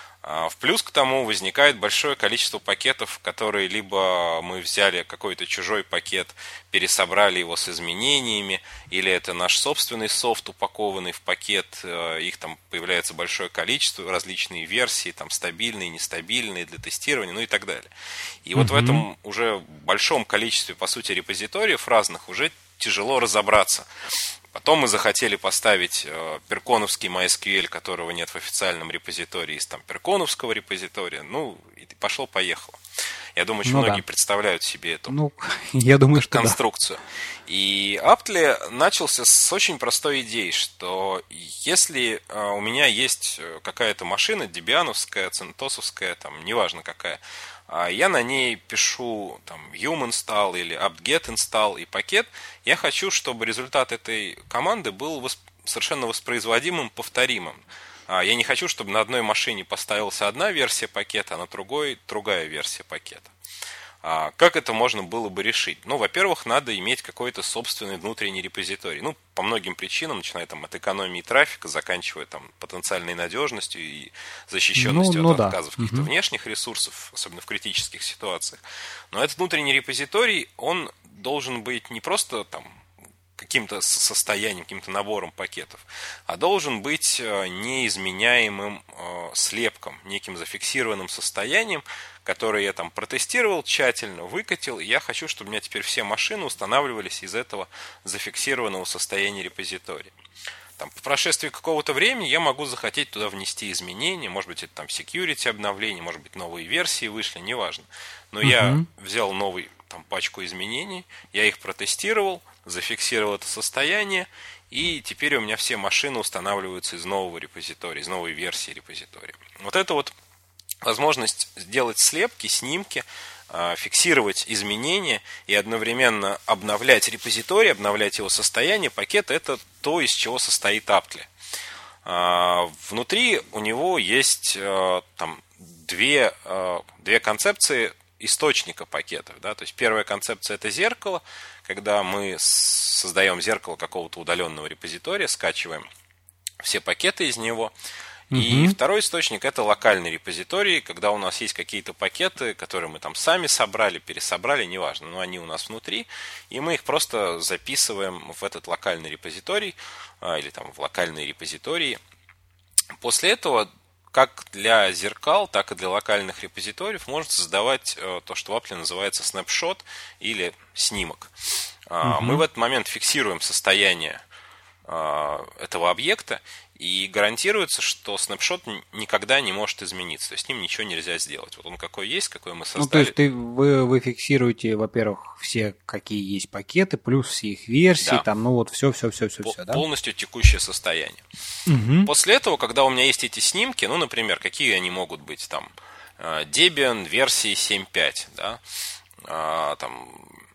В плюс к тому возникает большое количество пакетов, которые либо мы взяли какой-то чужой пакет, пересобрали его с изменениями, или это наш собственный софт, упакованный в пакет, их там появляется большое количество, различные версии, там стабильные, нестабильные для тестирования, ну и так далее. И mm-hmm. вот в этом уже большом количестве, по сути, репозиториев разных уже тяжело разобраться. Потом мы захотели поставить э, перконовский MySQL, которого нет в официальном репозитории, из там перконовского репозитория. Ну, и пошло-поехало. Я думаю, очень ну, многие да. представляют себе эту ну, я думаю, что конструкцию. Да. И Aptly начался с очень простой идеи, что если э, у меня есть какая-то машина, дебиановская, центосовская, там, неважно какая, я на ней пишу там yum install или apt-get install и пакет. Я хочу, чтобы результат этой команды был восп... совершенно воспроизводимым, повторимым. Я не хочу, чтобы на одной машине поставилась одна версия пакета, а на другой другая версия пакета. Как это можно было бы решить? Ну, во-первых, надо иметь какой-то собственный внутренний репозиторий. Ну, по многим причинам, начиная там, от экономии трафика, заканчивая там, потенциальной надежностью и защищенностью ну, от ну, отказов да. каких-то угу. внешних ресурсов, особенно в критических ситуациях. Но этот внутренний репозиторий, он должен быть не просто там каким-то состоянием, каким-то набором пакетов, а должен быть неизменяемым слепком, неким зафиксированным состоянием, которое я там протестировал тщательно, выкатил, и я хочу, чтобы у меня теперь все машины устанавливались из этого зафиксированного состояния репозитория. Там, по прошествии какого-то времени я могу захотеть туда внести изменения, может быть, это там security обновление, может быть, новые версии вышли, неважно. Но uh-huh. я взял новый там пачку изменений, я их протестировал, зафиксировал это состояние, и теперь у меня все машины устанавливаются из нового репозитория, из новой версии репозитория. Вот это вот возможность сделать слепки, снимки, фиксировать изменения и одновременно обновлять репозиторий, обновлять его состояние, пакет – это то, из чего состоит Aptly. Внутри у него есть там две, две концепции источника пакетов. Да? То есть первая концепция – это зеркало, когда мы создаем зеркало какого-то удаленного репозитория, скачиваем все пакеты из него. И угу. второй источник – это локальный репозиторий, когда у нас есть какие-то пакеты, которые мы там сами собрали, пересобрали, неважно, но они у нас внутри, и мы их просто записываем в этот локальный репозиторий или там в локальные репозитории. После этого как для зеркал, так и для локальных репозиториев можно создавать то, что в Aptly называется снапшот или снимок. Угу. Мы в этот момент фиксируем состояние этого объекта, и гарантируется, что снапшот никогда не может измениться. То есть с ним ничего нельзя сделать. Вот он какой есть, какой мы создали. Ну, то есть ты, вы, вы фиксируете, во-первых, все, какие есть пакеты, плюс все их версии, да. там, ну вот все, все, все, все, все, да? Полностью текущее состояние. Угу. После этого, когда у меня есть эти снимки, ну, например, какие они могут быть, там, Debian версии семь точка пять, да, а, там,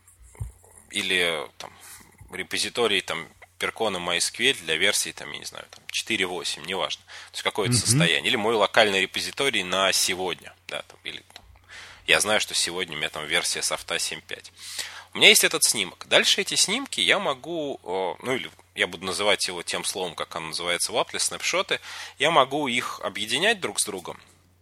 или там, репозиторий, там, Percona MySQL для версии, там, я не знаю, там, четыре точка восемь, неважно. То есть какое-то mm-hmm. состояние. Или мой локальный репозиторий на сегодня. Да, там, или, там, я знаю, что сегодня у меня там версия софта семь точка пять. У меня есть этот снимок. Дальше эти снимки я могу, ну или я буду называть его тем словом, как оно называется в Aptly, снапшоты. Я могу их объединять друг с другом.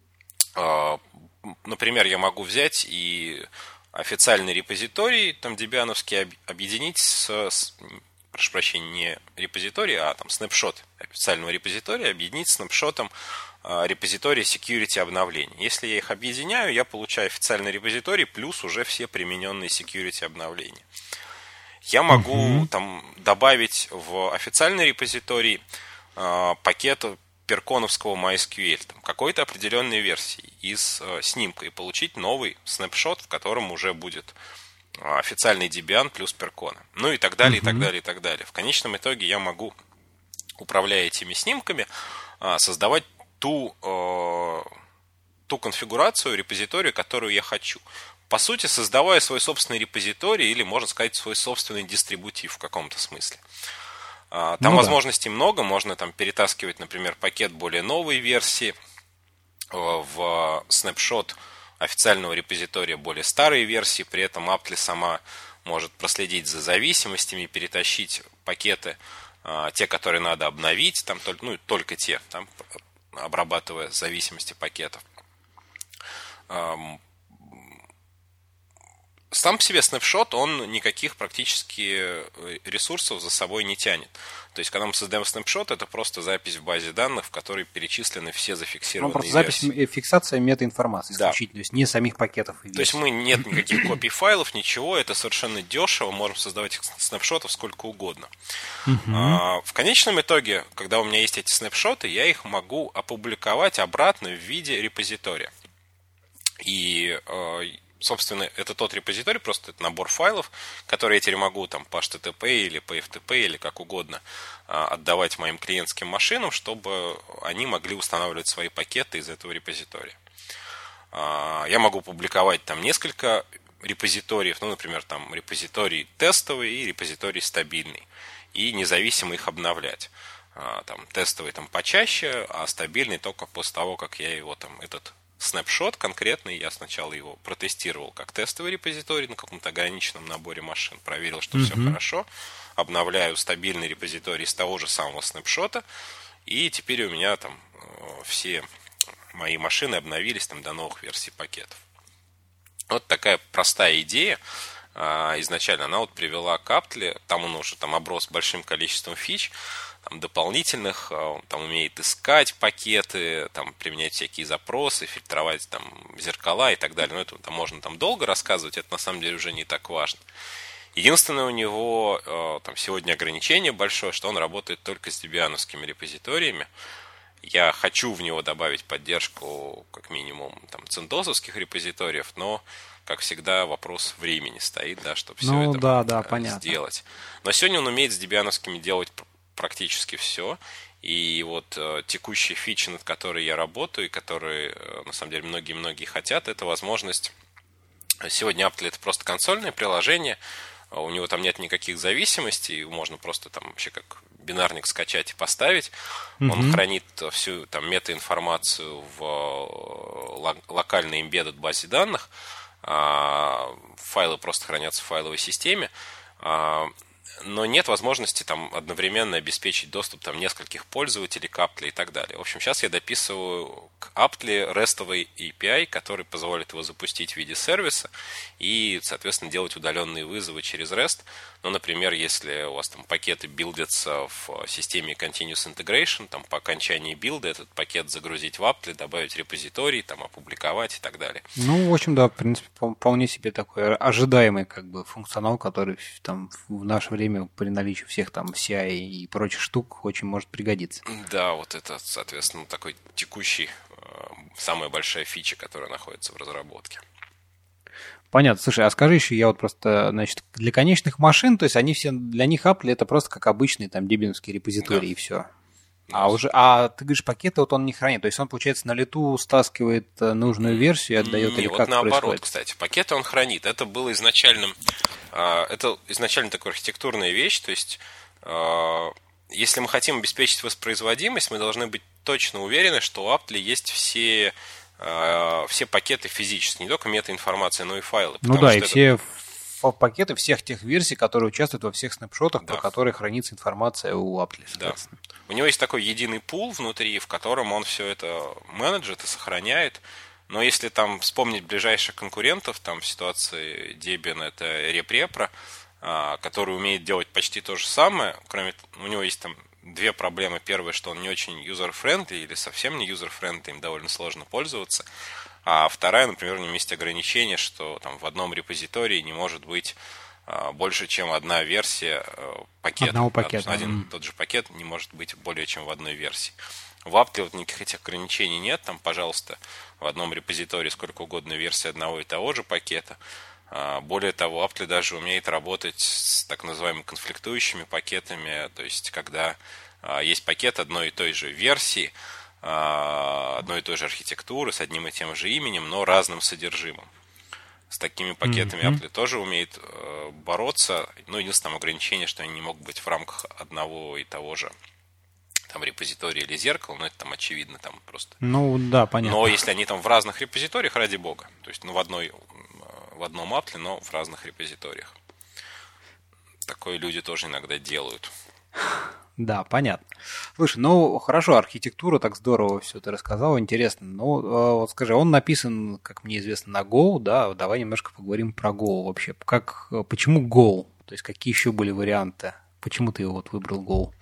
Например, я могу взять и официальный репозиторий, там, дебиановский, объединить с... с прошу прощения, не репозиторий, а там снапшот официального репозитория объединить с снапшотом э, репозитория security обновлений. Если я их объединяю, я получаю официальный репозиторий плюс уже все примененные security обновления. Я могу uh-huh. там добавить в официальный репозиторий э, пакет перконовского MySQL, там, какой-то определенной версии из э, снимка и получить новый снапшот, в котором уже будет официальный Debian плюс Percona. Ну и так далее, uh-huh. и так далее, и так далее. В конечном итоге я могу, управляя этими снимками, создавать ту, ту конфигурацию репозитория, которую я хочу. По сути, создавая свой собственный репозиторий или, можно сказать, свой собственный дистрибутив в каком-то смысле. Там ну, возможностей да. много. Можно там перетаскивать, например, пакет более новой версии в снапшот официального репозитория более старые версии, при этом Aptly сама может проследить за зависимостями, перетащить пакеты, те, которые надо обновить, там, ну, только те, там, обрабатывая зависимости пакетов. Сам по себе снапшот, он никаких практически ресурсов за собой не тянет. То есть, когда мы создаем снапшот, это просто запись в базе данных, в которой перечислены все зафиксированные версии. Ну, просто запись, фиксация метаинформации исключительно, да. то есть не самих пакетов и версий. То есть, мы нет никаких копий файлов, ничего, это совершенно дешево, можем создавать снапшотов сколько угодно. Uh-huh. А, в конечном итоге, когда у меня есть эти снапшоты, я их могу опубликовать обратно в виде репозитория. И... собственно, это тот репозиторий, просто это набор файлов, которые я теперь могу там по эйч ти ти пи или по эф ти пи или как угодно отдавать моим клиентским машинам, чтобы они могли устанавливать свои пакеты из этого репозитория. Я могу публиковать там несколько репозиториев, ну, например, там репозиторий тестовый и репозиторий стабильный, и независимо их обновлять. Там, тестовый там почаще, а стабильный только после того, как я его там, этот снапшот конкретный, я сначала его протестировал как тестовый репозиторий на каком-то ограниченном наборе машин, проверил, что mm-hmm. все хорошо, обновляю стабильный репозиторий с того же самого снапшота, и теперь у меня там все мои машины обновились там до новых версий пакетов. Вот такая простая идея. изначально, она вот привела к Aptly, там он уже там оброс большим количеством фич, там, дополнительных, там умеет искать пакеты, там применять всякие запросы, фильтровать там зеркала и так далее. Но это там можно там долго рассказывать, это на самом деле уже не так важно. Единственное, у него там сегодня ограничение большое, что он работает только с дебиановскими репозиториями. Я хочу в него добавить поддержку, как минимум, там, центосовских репозиториев, но, как всегда, вопрос времени стоит, да, чтобы все ну, это да, да, понятно. сделать. Но сегодня он умеет с дебиановскими делать практически все. И вот э, текущие фичи, над которыми я работаю, и которые, э, на самом деле, многие-многие хотят, это возможность... Сегодня Aptly — это просто консольное приложение, у него там нет никаких зависимостей, можно просто там вообще как бинарник скачать и поставить. Mm-hmm. Он хранит всю там метаинформацию в локальной embedded базе данных. Файлы просто хранятся в файловой системе. Но нет возможности там одновременно обеспечить доступ там нескольких пользователей к Aptly и так далее. В общем, сейчас я дописываю к Aptly рестовый эй пи ай, который позволит его запустить в виде сервиса и, соответственно, делать удаленные вызовы через REST. Ну, например, если у вас там пакеты билдятся в системе Continuous Integration, там по окончании билда этот пакет загрузить в Aptly, добавить репозиторий, там опубликовать и так далее. Ну, в общем, да, в принципе, вполне себе такой ожидаемый как бы функционал, который там в наше время при наличии всех там си ай и прочих штук очень может пригодиться. Да, вот это, соответственно, такой текущий, самая большая фича, которая находится в разработке. Понятно. Слушай, а скажи еще, я вот просто, значит, для конечных машин, то есть они все, для них Aptly это просто как обычные там дебиновские репозитории, да. И все. А уже, а ты говоришь, пакеты вот он не хранит, то есть он, получается, на лету стаскивает нужную версию и отдает, не, или вот как наоборот, происходит? Кстати, пакеты он хранит. Это было изначальным, это изначально такая архитектурная вещь, то есть если мы хотим обеспечить воспроизводимость, мы должны быть точно уверены, что у Aptly есть все, все пакеты физически, не только метаинформация, но и файлы. Ну да, и это... все пакеты всех тех версий, которые участвуют во всех снапшотах, да. про которые хранится информация у Aptly. Да. У него есть такой единый пул внутри, в котором он все это менеджит и сохраняет. Но если там вспомнить ближайших конкурентов, там в ситуации Debian это RepRepro, который умеет делать почти то же самое, кроме у него есть там две проблемы. Первая, что он не очень user-friendly или совсем не user-friendly, им довольно сложно пользоваться. А вторая, например, у него есть ограничение, что там в одном репозитории не может быть больше, чем одна версия пакета. Одного пакета. Один mm. тот же пакет не может быть более чем в одной версии. В Aptly вот никаких этих ограничений нет. Там, пожалуйста, в одном репозитории сколько угодно версий одного и того же пакета. Более того, Aptly даже умеет работать с так называемыми конфликтующими пакетами. То есть, когда есть пакет одной и той же версии, одной и той же архитектуры, с одним и тем же именем, но разным содержимым. С такими пакетами mm-hmm. Aptly тоже умеет э, бороться. Ну, единственное ограничение, что они не могут быть в рамках одного и того же там репозитория или зеркала, но это там очевидно там просто. Ну, да, понятно. Но если они там в разных репозиториях, ради бога. То есть, ну, в одной, в одном Aptly, но в разных репозиториях. Такое люди тоже иногда делают. Да, понятно. Слушай, ну хорошо, архитектура, так здорово все ты рассказал, интересно. Ну, вот скажи, он написан, как мне известно, на Go, да? Давай немножко поговорим про Go вообще. Как, почему Go? То есть какие еще были варианты? Почему ты вот выбрал Go?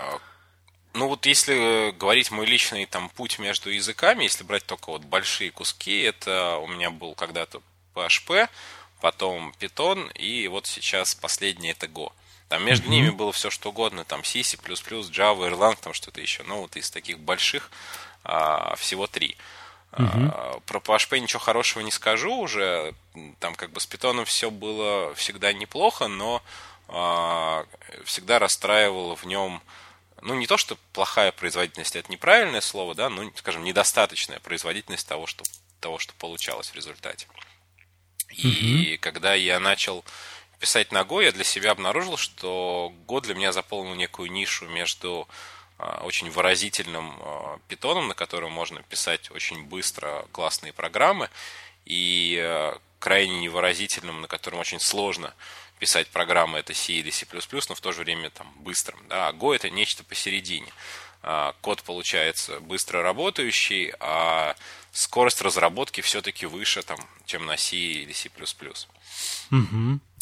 Ну вот если говорить мой личный там путь между языками, если брать только вот большие куски, это у меня был когда-то пи эйч пи, потом Python, и вот сейчас последний это Go. Там между mm-hmm. ними было все что угодно, там C, C++, Java, Erlang, там что-то еще. Ну, вот из таких больших а, всего три. Mm-hmm. А, про пи эйч пи ничего хорошего не скажу уже. Там как бы с Python все было всегда неплохо, но а, всегда расстраивало в нем, ну, не то, что плохая производительность, это неправильное слово, да, ну, скажем, недостаточная производительность того, что, того, что получалось в результате. Mm-hmm. И когда я начал писать на Go, я для себя обнаружил, что Go для меня заполнил некую нишу между а, очень выразительным а, питоном, на котором можно писать очень быстро классные программы, и а, крайне невыразительным, на котором очень сложно писать программы, это C или C++, но в то же время там быстрым. Да? А Go это нечто посередине. А, код получается быстро работающий, а скорость разработки все-таки выше, там, чем на C или C++. Угу.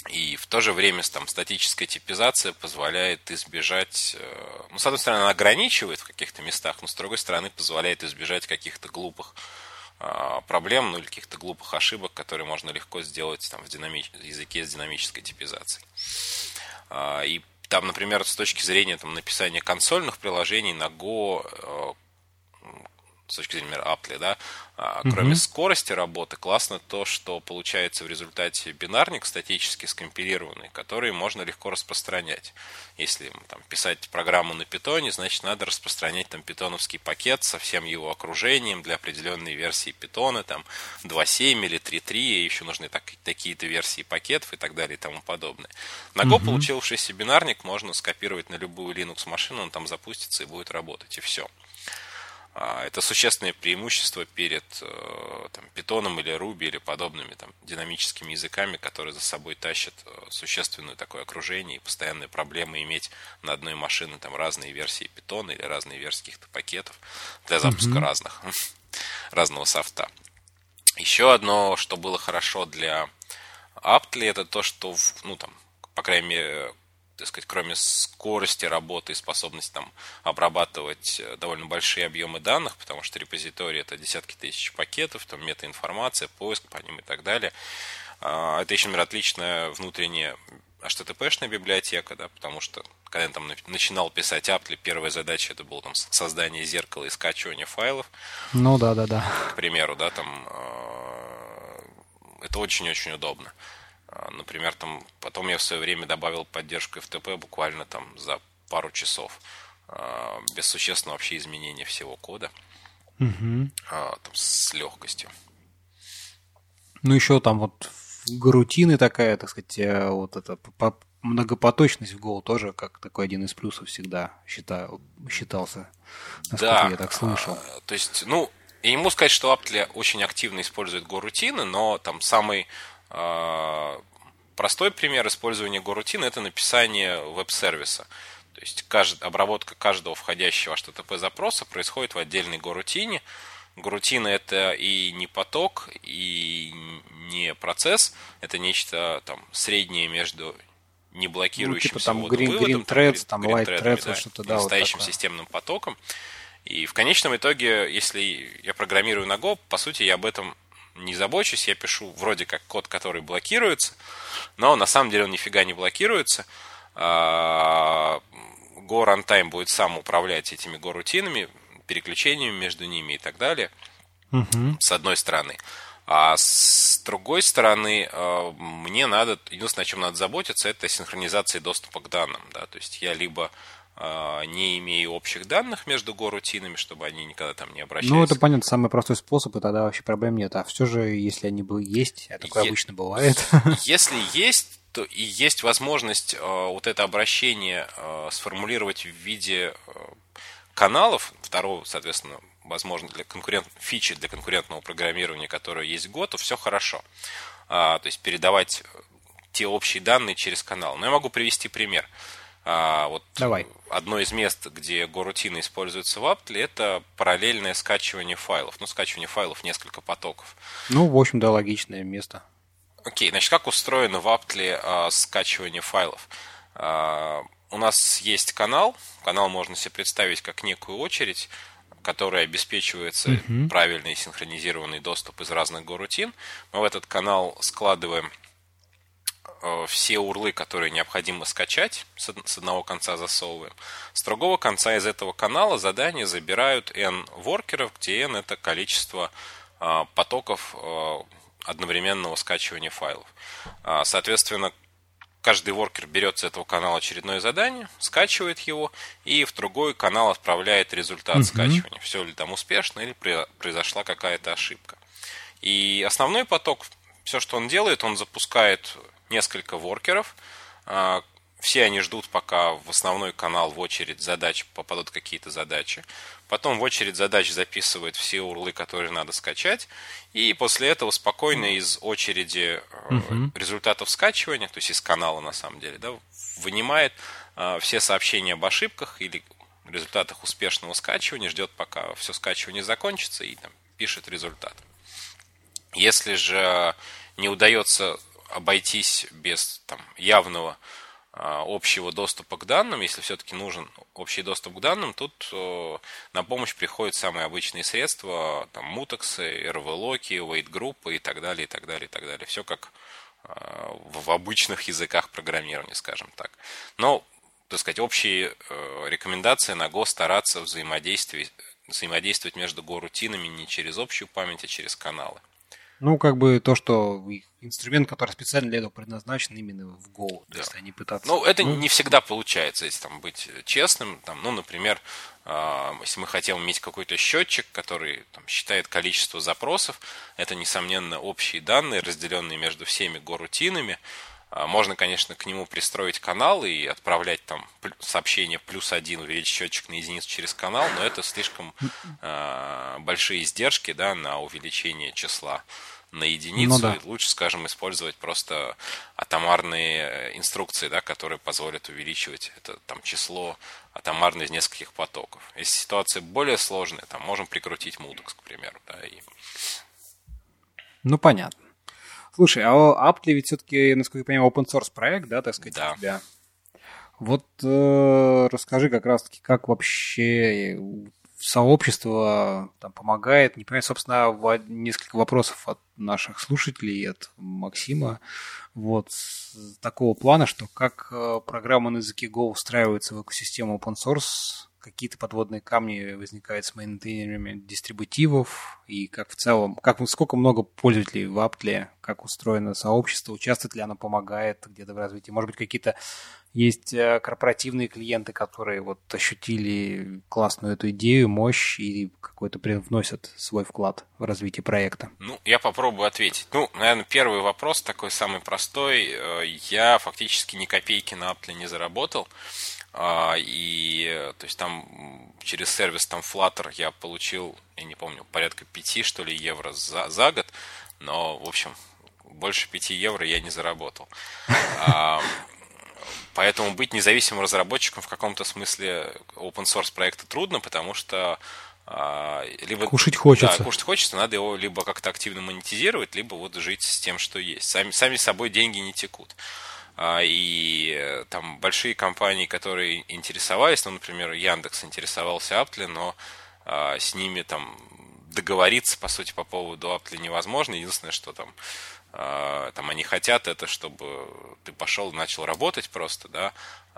И в то же время там статическая типизация позволяет избежать, ну, с одной стороны, она ограничивает в каких-то местах, но с другой стороны позволяет избежать каких-то глупых проблем, ну или каких-то глупых ошибок, которые можно легко сделать там, в динамич... языке с динамической типизацией. И там, например, с точки зрения там, написания консольных приложений на Go, с точки зрения, например, Apple, да, mm-hmm. кроме скорости работы, классно то, что получается в результате бинарник статически скомпилированный, который можно легко распространять. Если там, писать программу на питоне, значит, надо распространять там питоновский пакет со всем его окружением для определенной версии питона, там два точка семь или три точка три, и еще нужны так, такие-то версии пакетов и так далее и тому подобное. На Go mm-hmm. получившийся бинарник можно скопировать на любую Linux-машину, он там запустится и будет работать, и все. Это существенное преимущество перед там, Python или Ruby или подобными там, динамическими языками, которые за собой тащат существенное такое окружение и постоянные проблемы иметь на одной машине там, разные версии Python или разные версии каких-то пакетов для запуска mm-hmm. разных, разного софта. Еще одно, что было хорошо для Aptly, это то, что, ну, там, по крайней мере, так сказать, кроме скорости работы и способности там, обрабатывать довольно большие объемы данных, потому что репозиторий это десятки тысяч пакетов, там метаинформация, поиск по ним и так далее. Это еще, например, отличная внутренняя эйч ти ти пи-шная библиотека, да, потому что когда я там начинал писать Aptly, первая задача это было там, создание зеркала и скачивание файлов. Ну да, да, да. К примеру, да, там это очень-очень удобно. Например, там, потом я в свое время добавил поддержку эф ти пи буквально там за пару часов, без существенного вообще изменения всего кода, угу. там, с легкостью. Ну, еще там вот гарутины такая, так сказать, вот эта многопоточность в Go тоже как такой один из плюсов всегда считаю, считался, насколько да, я так слышал. То есть, ну, я не могу сказать, что Aptly очень активно использует Go-рутины, но там самый простой пример использования Go-рутины – это написание веб-сервиса. То есть кажд... обработка каждого входящего эйч ти ти пи-запроса происходит в отдельной Go-рутине. Go-рутина – это и не поток, и не процесс. Это нечто там, среднее между не блокирующим ну, типа, там, вводом, green, выводом, green threads, там, green light threads, да, что-то, да, настоящим вот системным потоком. И в конечном итоге, если я программирую на Go, по сути, я об этом не забочусь, я пишу вроде как код, который блокируется, но на самом деле он нифига не блокируется. Go Runtime будет сам управлять этими Go-рутинами, переключениями между ними и так далее, угу. с одной стороны. А с другой стороны, мне надо, единственное, о чем надо заботиться, это синхронизация доступа к данным. Да? То есть я либо не имею общих данных между Go-рутинами, чтобы они никогда там не обращались. Ну, это понятно, самый простой способ, и тогда вообще проблем нет. А все же, если они бы есть, а такое е- обычно бывает. Если есть, то и есть возможность э, вот это обращение э, сформулировать в виде э, каналов, второго, соответственно, возможно, для конкурент... фичи для конкурентного программирования, которое есть в Go, то все хорошо. А, то есть передавать те общие данные через канал. Но я могу привести пример. А, вот Давай. Одно из мест, где Go-рутина используется в Aptly, это параллельное скачивание файлов. Ну, скачивание файлов несколько потоков. Ну, в общем, да, логичное место. Окей, значит, как устроено в Aptly а, скачивание файлов? А, у нас есть канал. Канал можно себе представить как некую очередь, которая обеспечивается uh-huh. правильный синхронизированный доступ из разных Go-рутин. Мы в этот канал складываем все урлы, которые необходимо скачать, с одного конца засовываем. С другого конца из этого канала задания забирают n воркеров, где n это количество потоков одновременного скачивания файлов. Соответственно, каждый воркер берет с этого канала очередное задание, скачивает его и в другой канал отправляет результат uh-huh. скачивания. Все ли там успешно или произошла какая-то ошибка. И основной поток, все, что он делает, он запускает несколько воркеров. Все они ждут, пока в основной канал в очередь задач попадут какие-то задачи. Потом в очередь задач записывает все урлы, которые надо скачать. И после этого спокойно из очереди uh-huh. результатов скачивания, то есть из канала на самом деле, да, вынимает все сообщения об ошибках или результатах успешного скачивания, ждет, пока все скачивание закончится и там, пишет результат. Если же не удается обойтись без там, явного общего доступа к данным, если все-таки нужен общий доступ к данным, тут на помощь приходят самые обычные средства, там, мутексы, эр ви-локи, wait-группы и так далее, и так далее, и так далее. Все как в обычных языках программирования, скажем так. Но, так сказать, общие рекомендации на Go стараться взаимодействовать, взаимодействовать между Go-рутинами не через общую память, а через каналы. Ну, как бы то, что инструмент, который специально для этого предназначен именно в Go, да. Если они пытаться... Ну, это ну, не всегда получается, если там быть честным. Там, ну, например, э, если мы хотим иметь какой-то счетчик, который там, считает количество запросов, это, несомненно, общие данные, разделенные между всеми Go-рутинами. Э, можно, конечно, к нему пристроить канал и отправлять там сообщение плюс один, увеличить счетчик на единицу через канал, но это слишком э, большие издержки, да, на увеличение числа на единицу, ну, да. И лучше, скажем, использовать просто атомарные инструкции, да, которые позволят увеличивать это там, число атомарно из нескольких потоков. Если ситуация более сложная, там можем прикрутить мутекс, к примеру. Да, и... Ну, понятно. Слушай, а Aptly ведь все-таки, насколько я понимаю, open source проект, да, так сказать, да. у тебя? Вот э, расскажи как раз-таки, как вообще сообщество там помогает. Не понимаю, собственно, несколько вопросов от наших слушателей, от Максима. Вот такого плана, что как программа на языке Go устраивается в экосистему open source, какие-то подводные камни возникают с мейнтейнерами дистрибутивов, и как в целом, как, сколько много пользователей в Aptly, как устроено сообщество, участвует ли оно, помогает где-то в развитии. Может быть, какие-то есть корпоративные клиенты, которые вот ощутили классную эту идею, мощь и какой-то привносят свой вклад в развитие проекта. Ну, я попробую ответить. Ну, наверное, первый вопрос такой самый простой. Я фактически ни копейки на Aptly не заработал. И, то есть, там через сервис там Flutter я получил, я не помню, порядка пяти, что ли, евро за, за год. Но, в общем, больше пяти евро я не заработал. Поэтому быть независимым разработчиком в каком-то смысле open source проекта трудно, потому что либо кушать хочется. Да, кушать хочется, надо его либо как-то активно монетизировать, либо вот жить с тем, что есть. Сами, сами собой деньги не текут. И там большие компании, которые интересовались, ну, например, Яндекс интересовался Aptly, но с ними там договориться, по сути, по поводу Aptly невозможно. Единственное, что там там они хотят, это чтобы ты пошел и начал работать просто, да,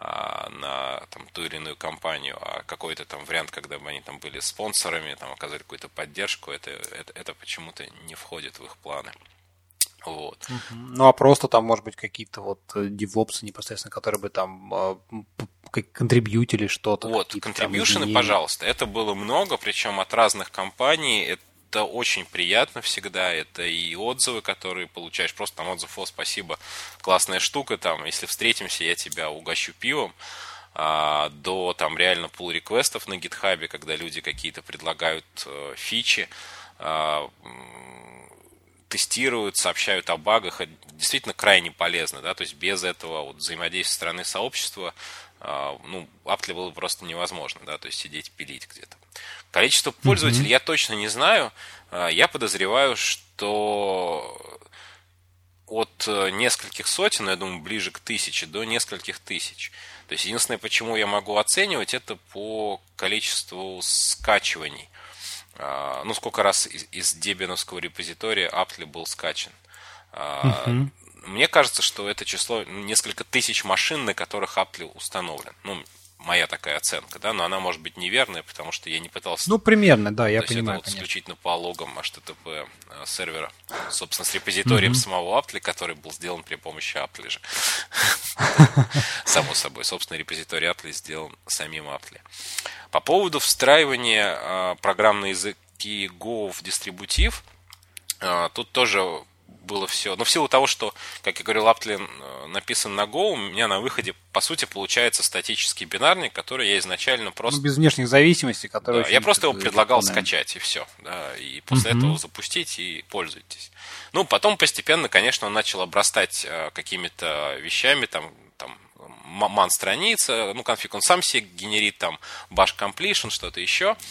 на там, ту или иную компанию, а какой-то там вариант, когда бы они там были спонсорами, там оказали какую-то поддержку, это, это, это почему-то не входит в их планы. Вот. Uh-huh. Ну, а просто там, может быть, какие-то вот девопсы непосредственно, которые бы там контрибьютили что-то. Вот, контрибьюшены, пожалуйста. Это было много, причем от разных компаний. Это Это очень приятно всегда, это и отзывы, которые получаешь, просто там отзыв: о, спасибо, классная штука, там, если встретимся, я тебя угощу пивом, а, до там реально пул-реквестов на гитхабе, когда люди какие-то предлагают а, фичи, а, тестируют, сообщают о багах, это действительно крайне полезно, да, то есть без этого вот взаимодействия со стороны сообщества, ну, Aptly было просто невозможно, да, то есть сидеть пилить где-то. Количество пользователей mm-hmm. я точно не знаю. Я подозреваю, что от нескольких сотен, я думаю, ближе к тысяче, до нескольких тысяч. То есть единственное, почему я могу оценивать, это по количеству скачиваний. Ну, сколько раз из, из дебиановского репозитория Aptly был скачан. Mm-hmm. Мне кажется, что это число несколько тысяч машин, на которых Aptly установлен. Ну, моя такая оценка, да, но она может быть неверная, потому что я не пытался... Ну, примерно, да, я то понимаю. То есть это вот исключительно по логам эйч ти ти пи сервера, собственно, с репозиторием mm-hmm. самого Aptly, который был сделан при помощи Aptly же. Само собой, собственно, репозиторий Aptly сделан самим Aptly. По поводу встраивания программ на языке Go в дистрибутив, тут тоже было все. Но в силу того, что, как я говорил, Aptly написан на Go, у меня на выходе, по сути, получается статический бинарник, который я изначально просто... Ну, без внешних зависимостей, которые... Да, я просто его предлагал скачать, и все. Да, и после uh-huh. этого запустить, и пользуйтесь. Ну, потом постепенно, конечно, он начал обрастать какими-то вещами, там, там ман-страница, ну, конфиг он сам себе генерит, там, bash completion, что-то еще.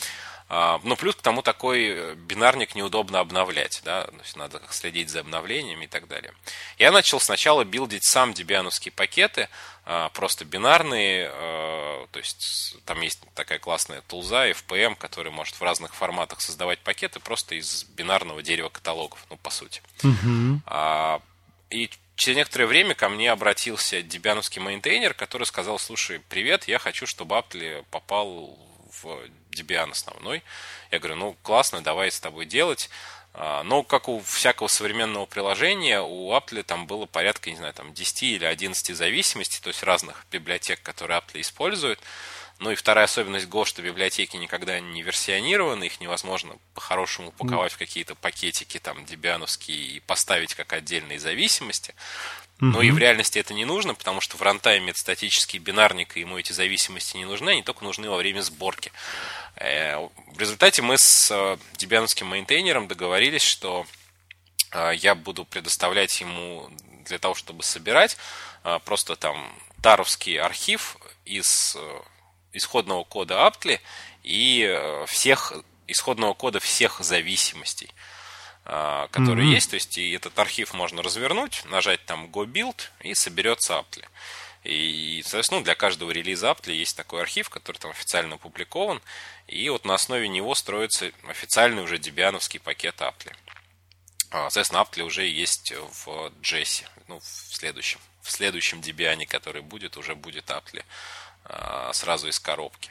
Ну, плюс к тому такой бинарник неудобно обновлять, да, то есть надо следить за обновлениями и так далее. Я начал сначала билдить сам дебиановские пакеты, просто бинарные, то есть там есть такая классная тулза эф пи эм, который может в разных форматах создавать пакеты просто из бинарного дерева каталогов, ну, по сути. Uh-huh. И через некоторое время ко мне обратился дебиановский мейнтейнер, который сказал: слушай, привет, я хочу, чтобы Aptly попал в Debian основной. Я говорю: ну, классно, давай с тобой делать. Но, как у всякого современного приложения, у Aptly там было порядка, не знаю, там десять или одиннадцать зависимостей, то есть разных библиотек, которые Aptly использует. Ну и вторая особенность Go, что библиотеки никогда не версионированы, их невозможно по-хорошему упаковать mm. в какие-то пакетики там дебиановские и поставить как отдельные зависимости. Mm-hmm. Но и в реальности это не нужно, потому что в рантайме это статический бинарник, и ему эти зависимости не нужны, они только нужны во время сборки. В результате мы с дебиановским мейнтейнером договорились, что я буду предоставлять ему для того, чтобы собирать просто там таровский архив из исходного кода Aptly и всех исходного кода всех зависимостей, которые mm-hmm. есть. То есть и этот архив можно развернуть, нажать там Go Build, и соберется Aptly. И, соответственно, для каждого релиза Aptly есть такой архив, который там официально опубликован, и вот на основе него строится официальный уже дебиановский пакет Aptly. Соответственно, Aptly уже есть в джесси, ну, в следующем, в следующем Debian, который будет, уже будет Aptly сразу из коробки.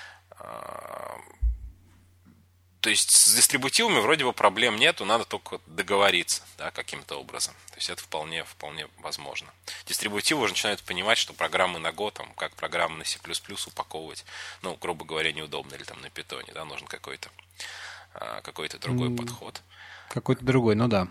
То есть с дистрибутивами вроде бы проблем нету, надо только договориться, да, каким-то образом. То есть это вполне, вполне возможно. Дистрибутивы уже начинают понимать, что программы на Go, там, как программы на C++ упаковывать, ну, грубо говоря, неудобно, или там на Python, да, нужен какой-то, какой-то другой mm, подход. Какой-то другой, ну да.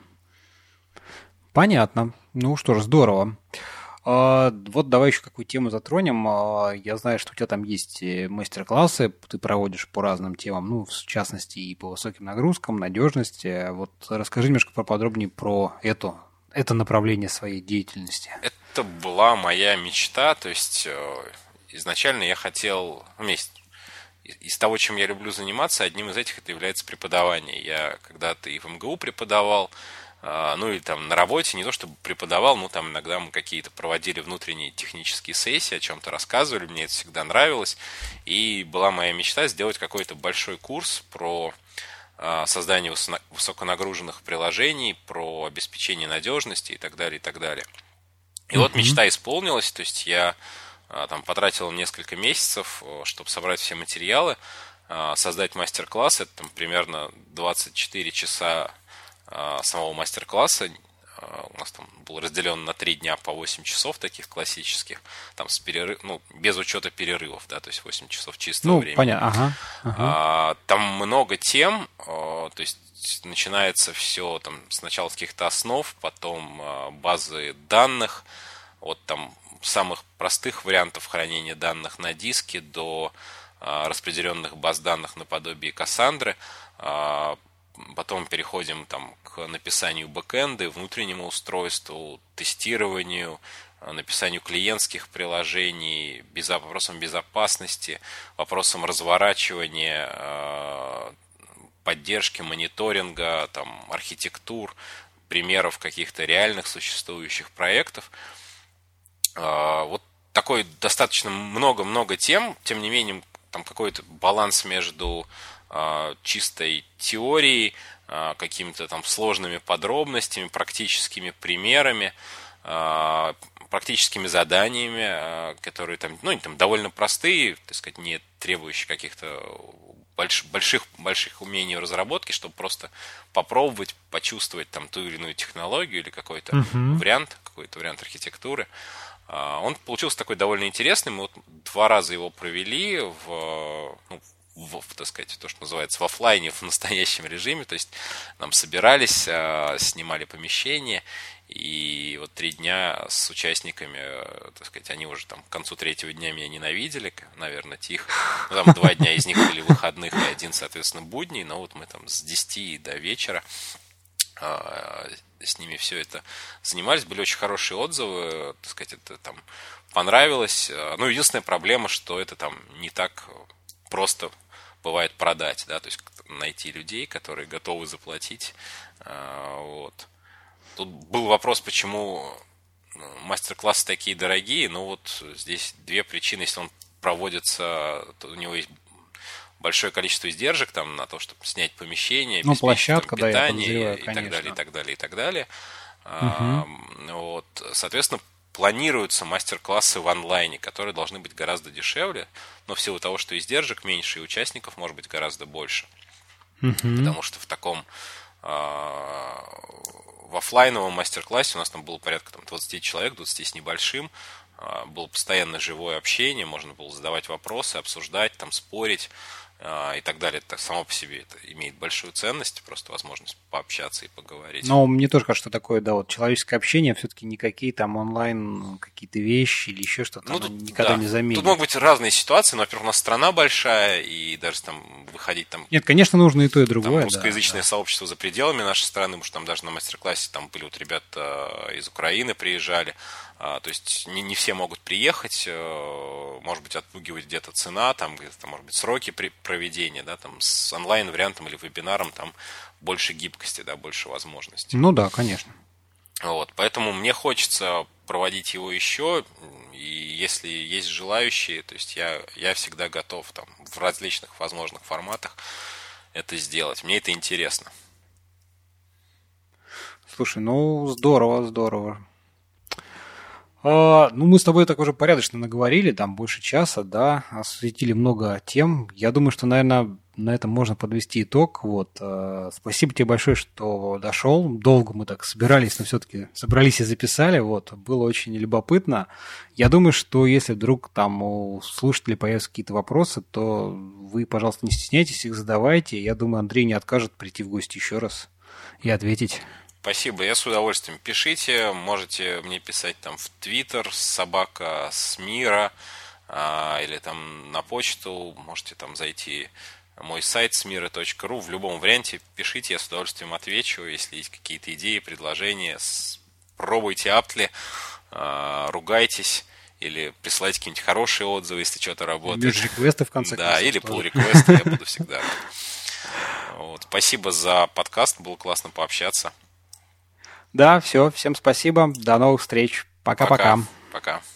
Понятно. Ну что ж, здорово. Вот давай еще какую тему затронем. Я знаю, что у тебя там есть мастер-классы, ты проводишь по разным темам, ну, в частности, и по высоким нагрузкам, надежности. Вот расскажи немножко поподробнее про это, это направление своей деятельности. Это была моя мечта, то есть изначально я хотел, ну, из того, чем я люблю заниматься, одним из этих это является преподавание. Я когда-то и в эм гэ у преподавал, ну или там на работе, не то чтобы преподавал, но там иногда мы какие-то проводили внутренние технические сессии, о чем-то рассказывали, мне это всегда нравилось. И была моя мечта сделать какой-то большой курс про создание высоконагруженных приложений, про обеспечение надежности и так далее, и так далее. И mm-hmm. вот мечта исполнилась, то есть я там потратил несколько месяцев, чтобы собрать все материалы, создать мастер-класс, это там примерно двадцать четыре часа самого мастер-класса. У нас там был разделен на три дня по восемь часов таких классических, там с перерыв, ну, без учета перерывов, да, то есть восемь часов чистого ну, времени. Понятно. Ага, ага. А, там много тем, то есть начинается все там сначала с каких-то основ, потом базы данных, от там самых простых вариантов хранения данных на диске до распределенных баз данных наподобие Кассандры. Потом переходим там, к написанию бэкэнда, внутреннему устройству, тестированию, написанию клиентских приложений, безо- вопросам безопасности, вопросам разворачивания, поддержки, мониторинга, там, архитектур, примеров каких-то реальных существующих проектов. Вот такой достаточно много-много тем, тем не менее там какой-то баланс между чистой теорией, какими-то там сложными подробностями, практическими примерами, практическими заданиями, которые там, ну, там довольно простые, так сказать, не требующие каких-то больш, больших, больших умений в разработке, чтобы просто попробовать, почувствовать там ту или иную технологию или какой-то uh-huh. вариант, какой-то вариант архитектуры. Он получился такой довольно интересный. Мы вот два раза его провели в, ну, в, так сказать, то, что называется в офлайне, в настоящем режиме. То есть нам собирались, снимали помещение, и вот три дня с участниками, так сказать, они уже там к концу третьего дня меня ненавидели, наверное, тихо. Ну, там два дня из них были выходных и один, соответственно, будний, но вот мы там с десяти до вечера с ними все это занимались, были очень хорошие отзывы, так сказать, это там понравилось. Ну, единственная проблема, что это там не так просто бывает продать, да, то есть найти людей, которые готовы заплатить. Вот. Тут был вопрос, почему мастер-классы такие дорогие. Ну вот здесь две причины. Если он проводится, то у него есть большое количество издержек там на то, чтобы снять помещение, ну, обеспечить площадка, там, питание, да, я и так далее, и так далее, и так далее. Угу. Вот, соответственно, планируются мастер-классы в онлайне, которые должны быть гораздо дешевле, но в силу того, что издержек меньше и участников может быть гораздо больше. Угу. Потому что в таком в офлайновом мастер-классе у нас там было порядка там, двадцать человек, двадцать с небольшим, было постоянно живое общение, можно было задавать вопросы, обсуждать, там, спорить и так далее. Это само по себе это имеет большую ценность, просто возможность пообщаться и поговорить. Но мне тоже кажется, что такое, да, вот человеческое общение все-таки никакие там онлайн какие-то вещи или еще что-то ну, тут, никогда да. не заменит. Тут могут быть разные ситуации, но, во-первых, у нас страна большая, и даже там выходить там... Нет, конечно, нужно и то, и другое. Там русскоязычное да, сообщество за пределами нашей страны, потому что там даже на мастер-классе там были вот ребята из Украины приезжали, то есть не, не все могут приехать, может быть, отпугивать где-то цена, там, где-то, там, может быть, сроки при проведения, да, там, с онлайн-вариантом или вебинаром там больше гибкости, да, больше возможностей. Ну да, конечно. Вот, поэтому мне хочется проводить его еще, и если есть желающие, то есть я, я всегда готов там в различных возможных форматах это сделать. Мне это интересно. Слушай, ну здорово, здорово. А, ну, мы с тобой так уже порядочно наговорили, там больше часа, да, осветили много тем. Я думаю, что, наверное, на этом можно подвести итог. Вот. А, спасибо тебе большое, что дошел. Долго мы так собирались, но все-таки собрались и записали. Вот. Было очень любопытно. Я думаю, что если вдруг там у слушателей появятся какие-то вопросы, то вы, пожалуйста, не стесняйтесь, их задавайте. Я думаю, Андрей не откажет прийти в гости еще раз и ответить. Спасибо, я с удовольствием. Пишите, можете мне писать там в Твиттер, собака с мира, а, или там на почту, можете там зайти на мой сайт смира точка ру. В любом варианте пишите, я с удовольствием отвечу. Если есть какие-то идеи, предложения, пробуйте апли, а, ругайтесь или присылайте какие-нибудь хорошие отзывы, если что-то работает. Мердж-реквесты, в конце концов. Да, или pull-реквесты, я буду всегда. Вот. Спасибо за подкаст, было классно пообщаться. Да, все, всем спасибо, до новых встреч, пока-пока. Пока. Пока.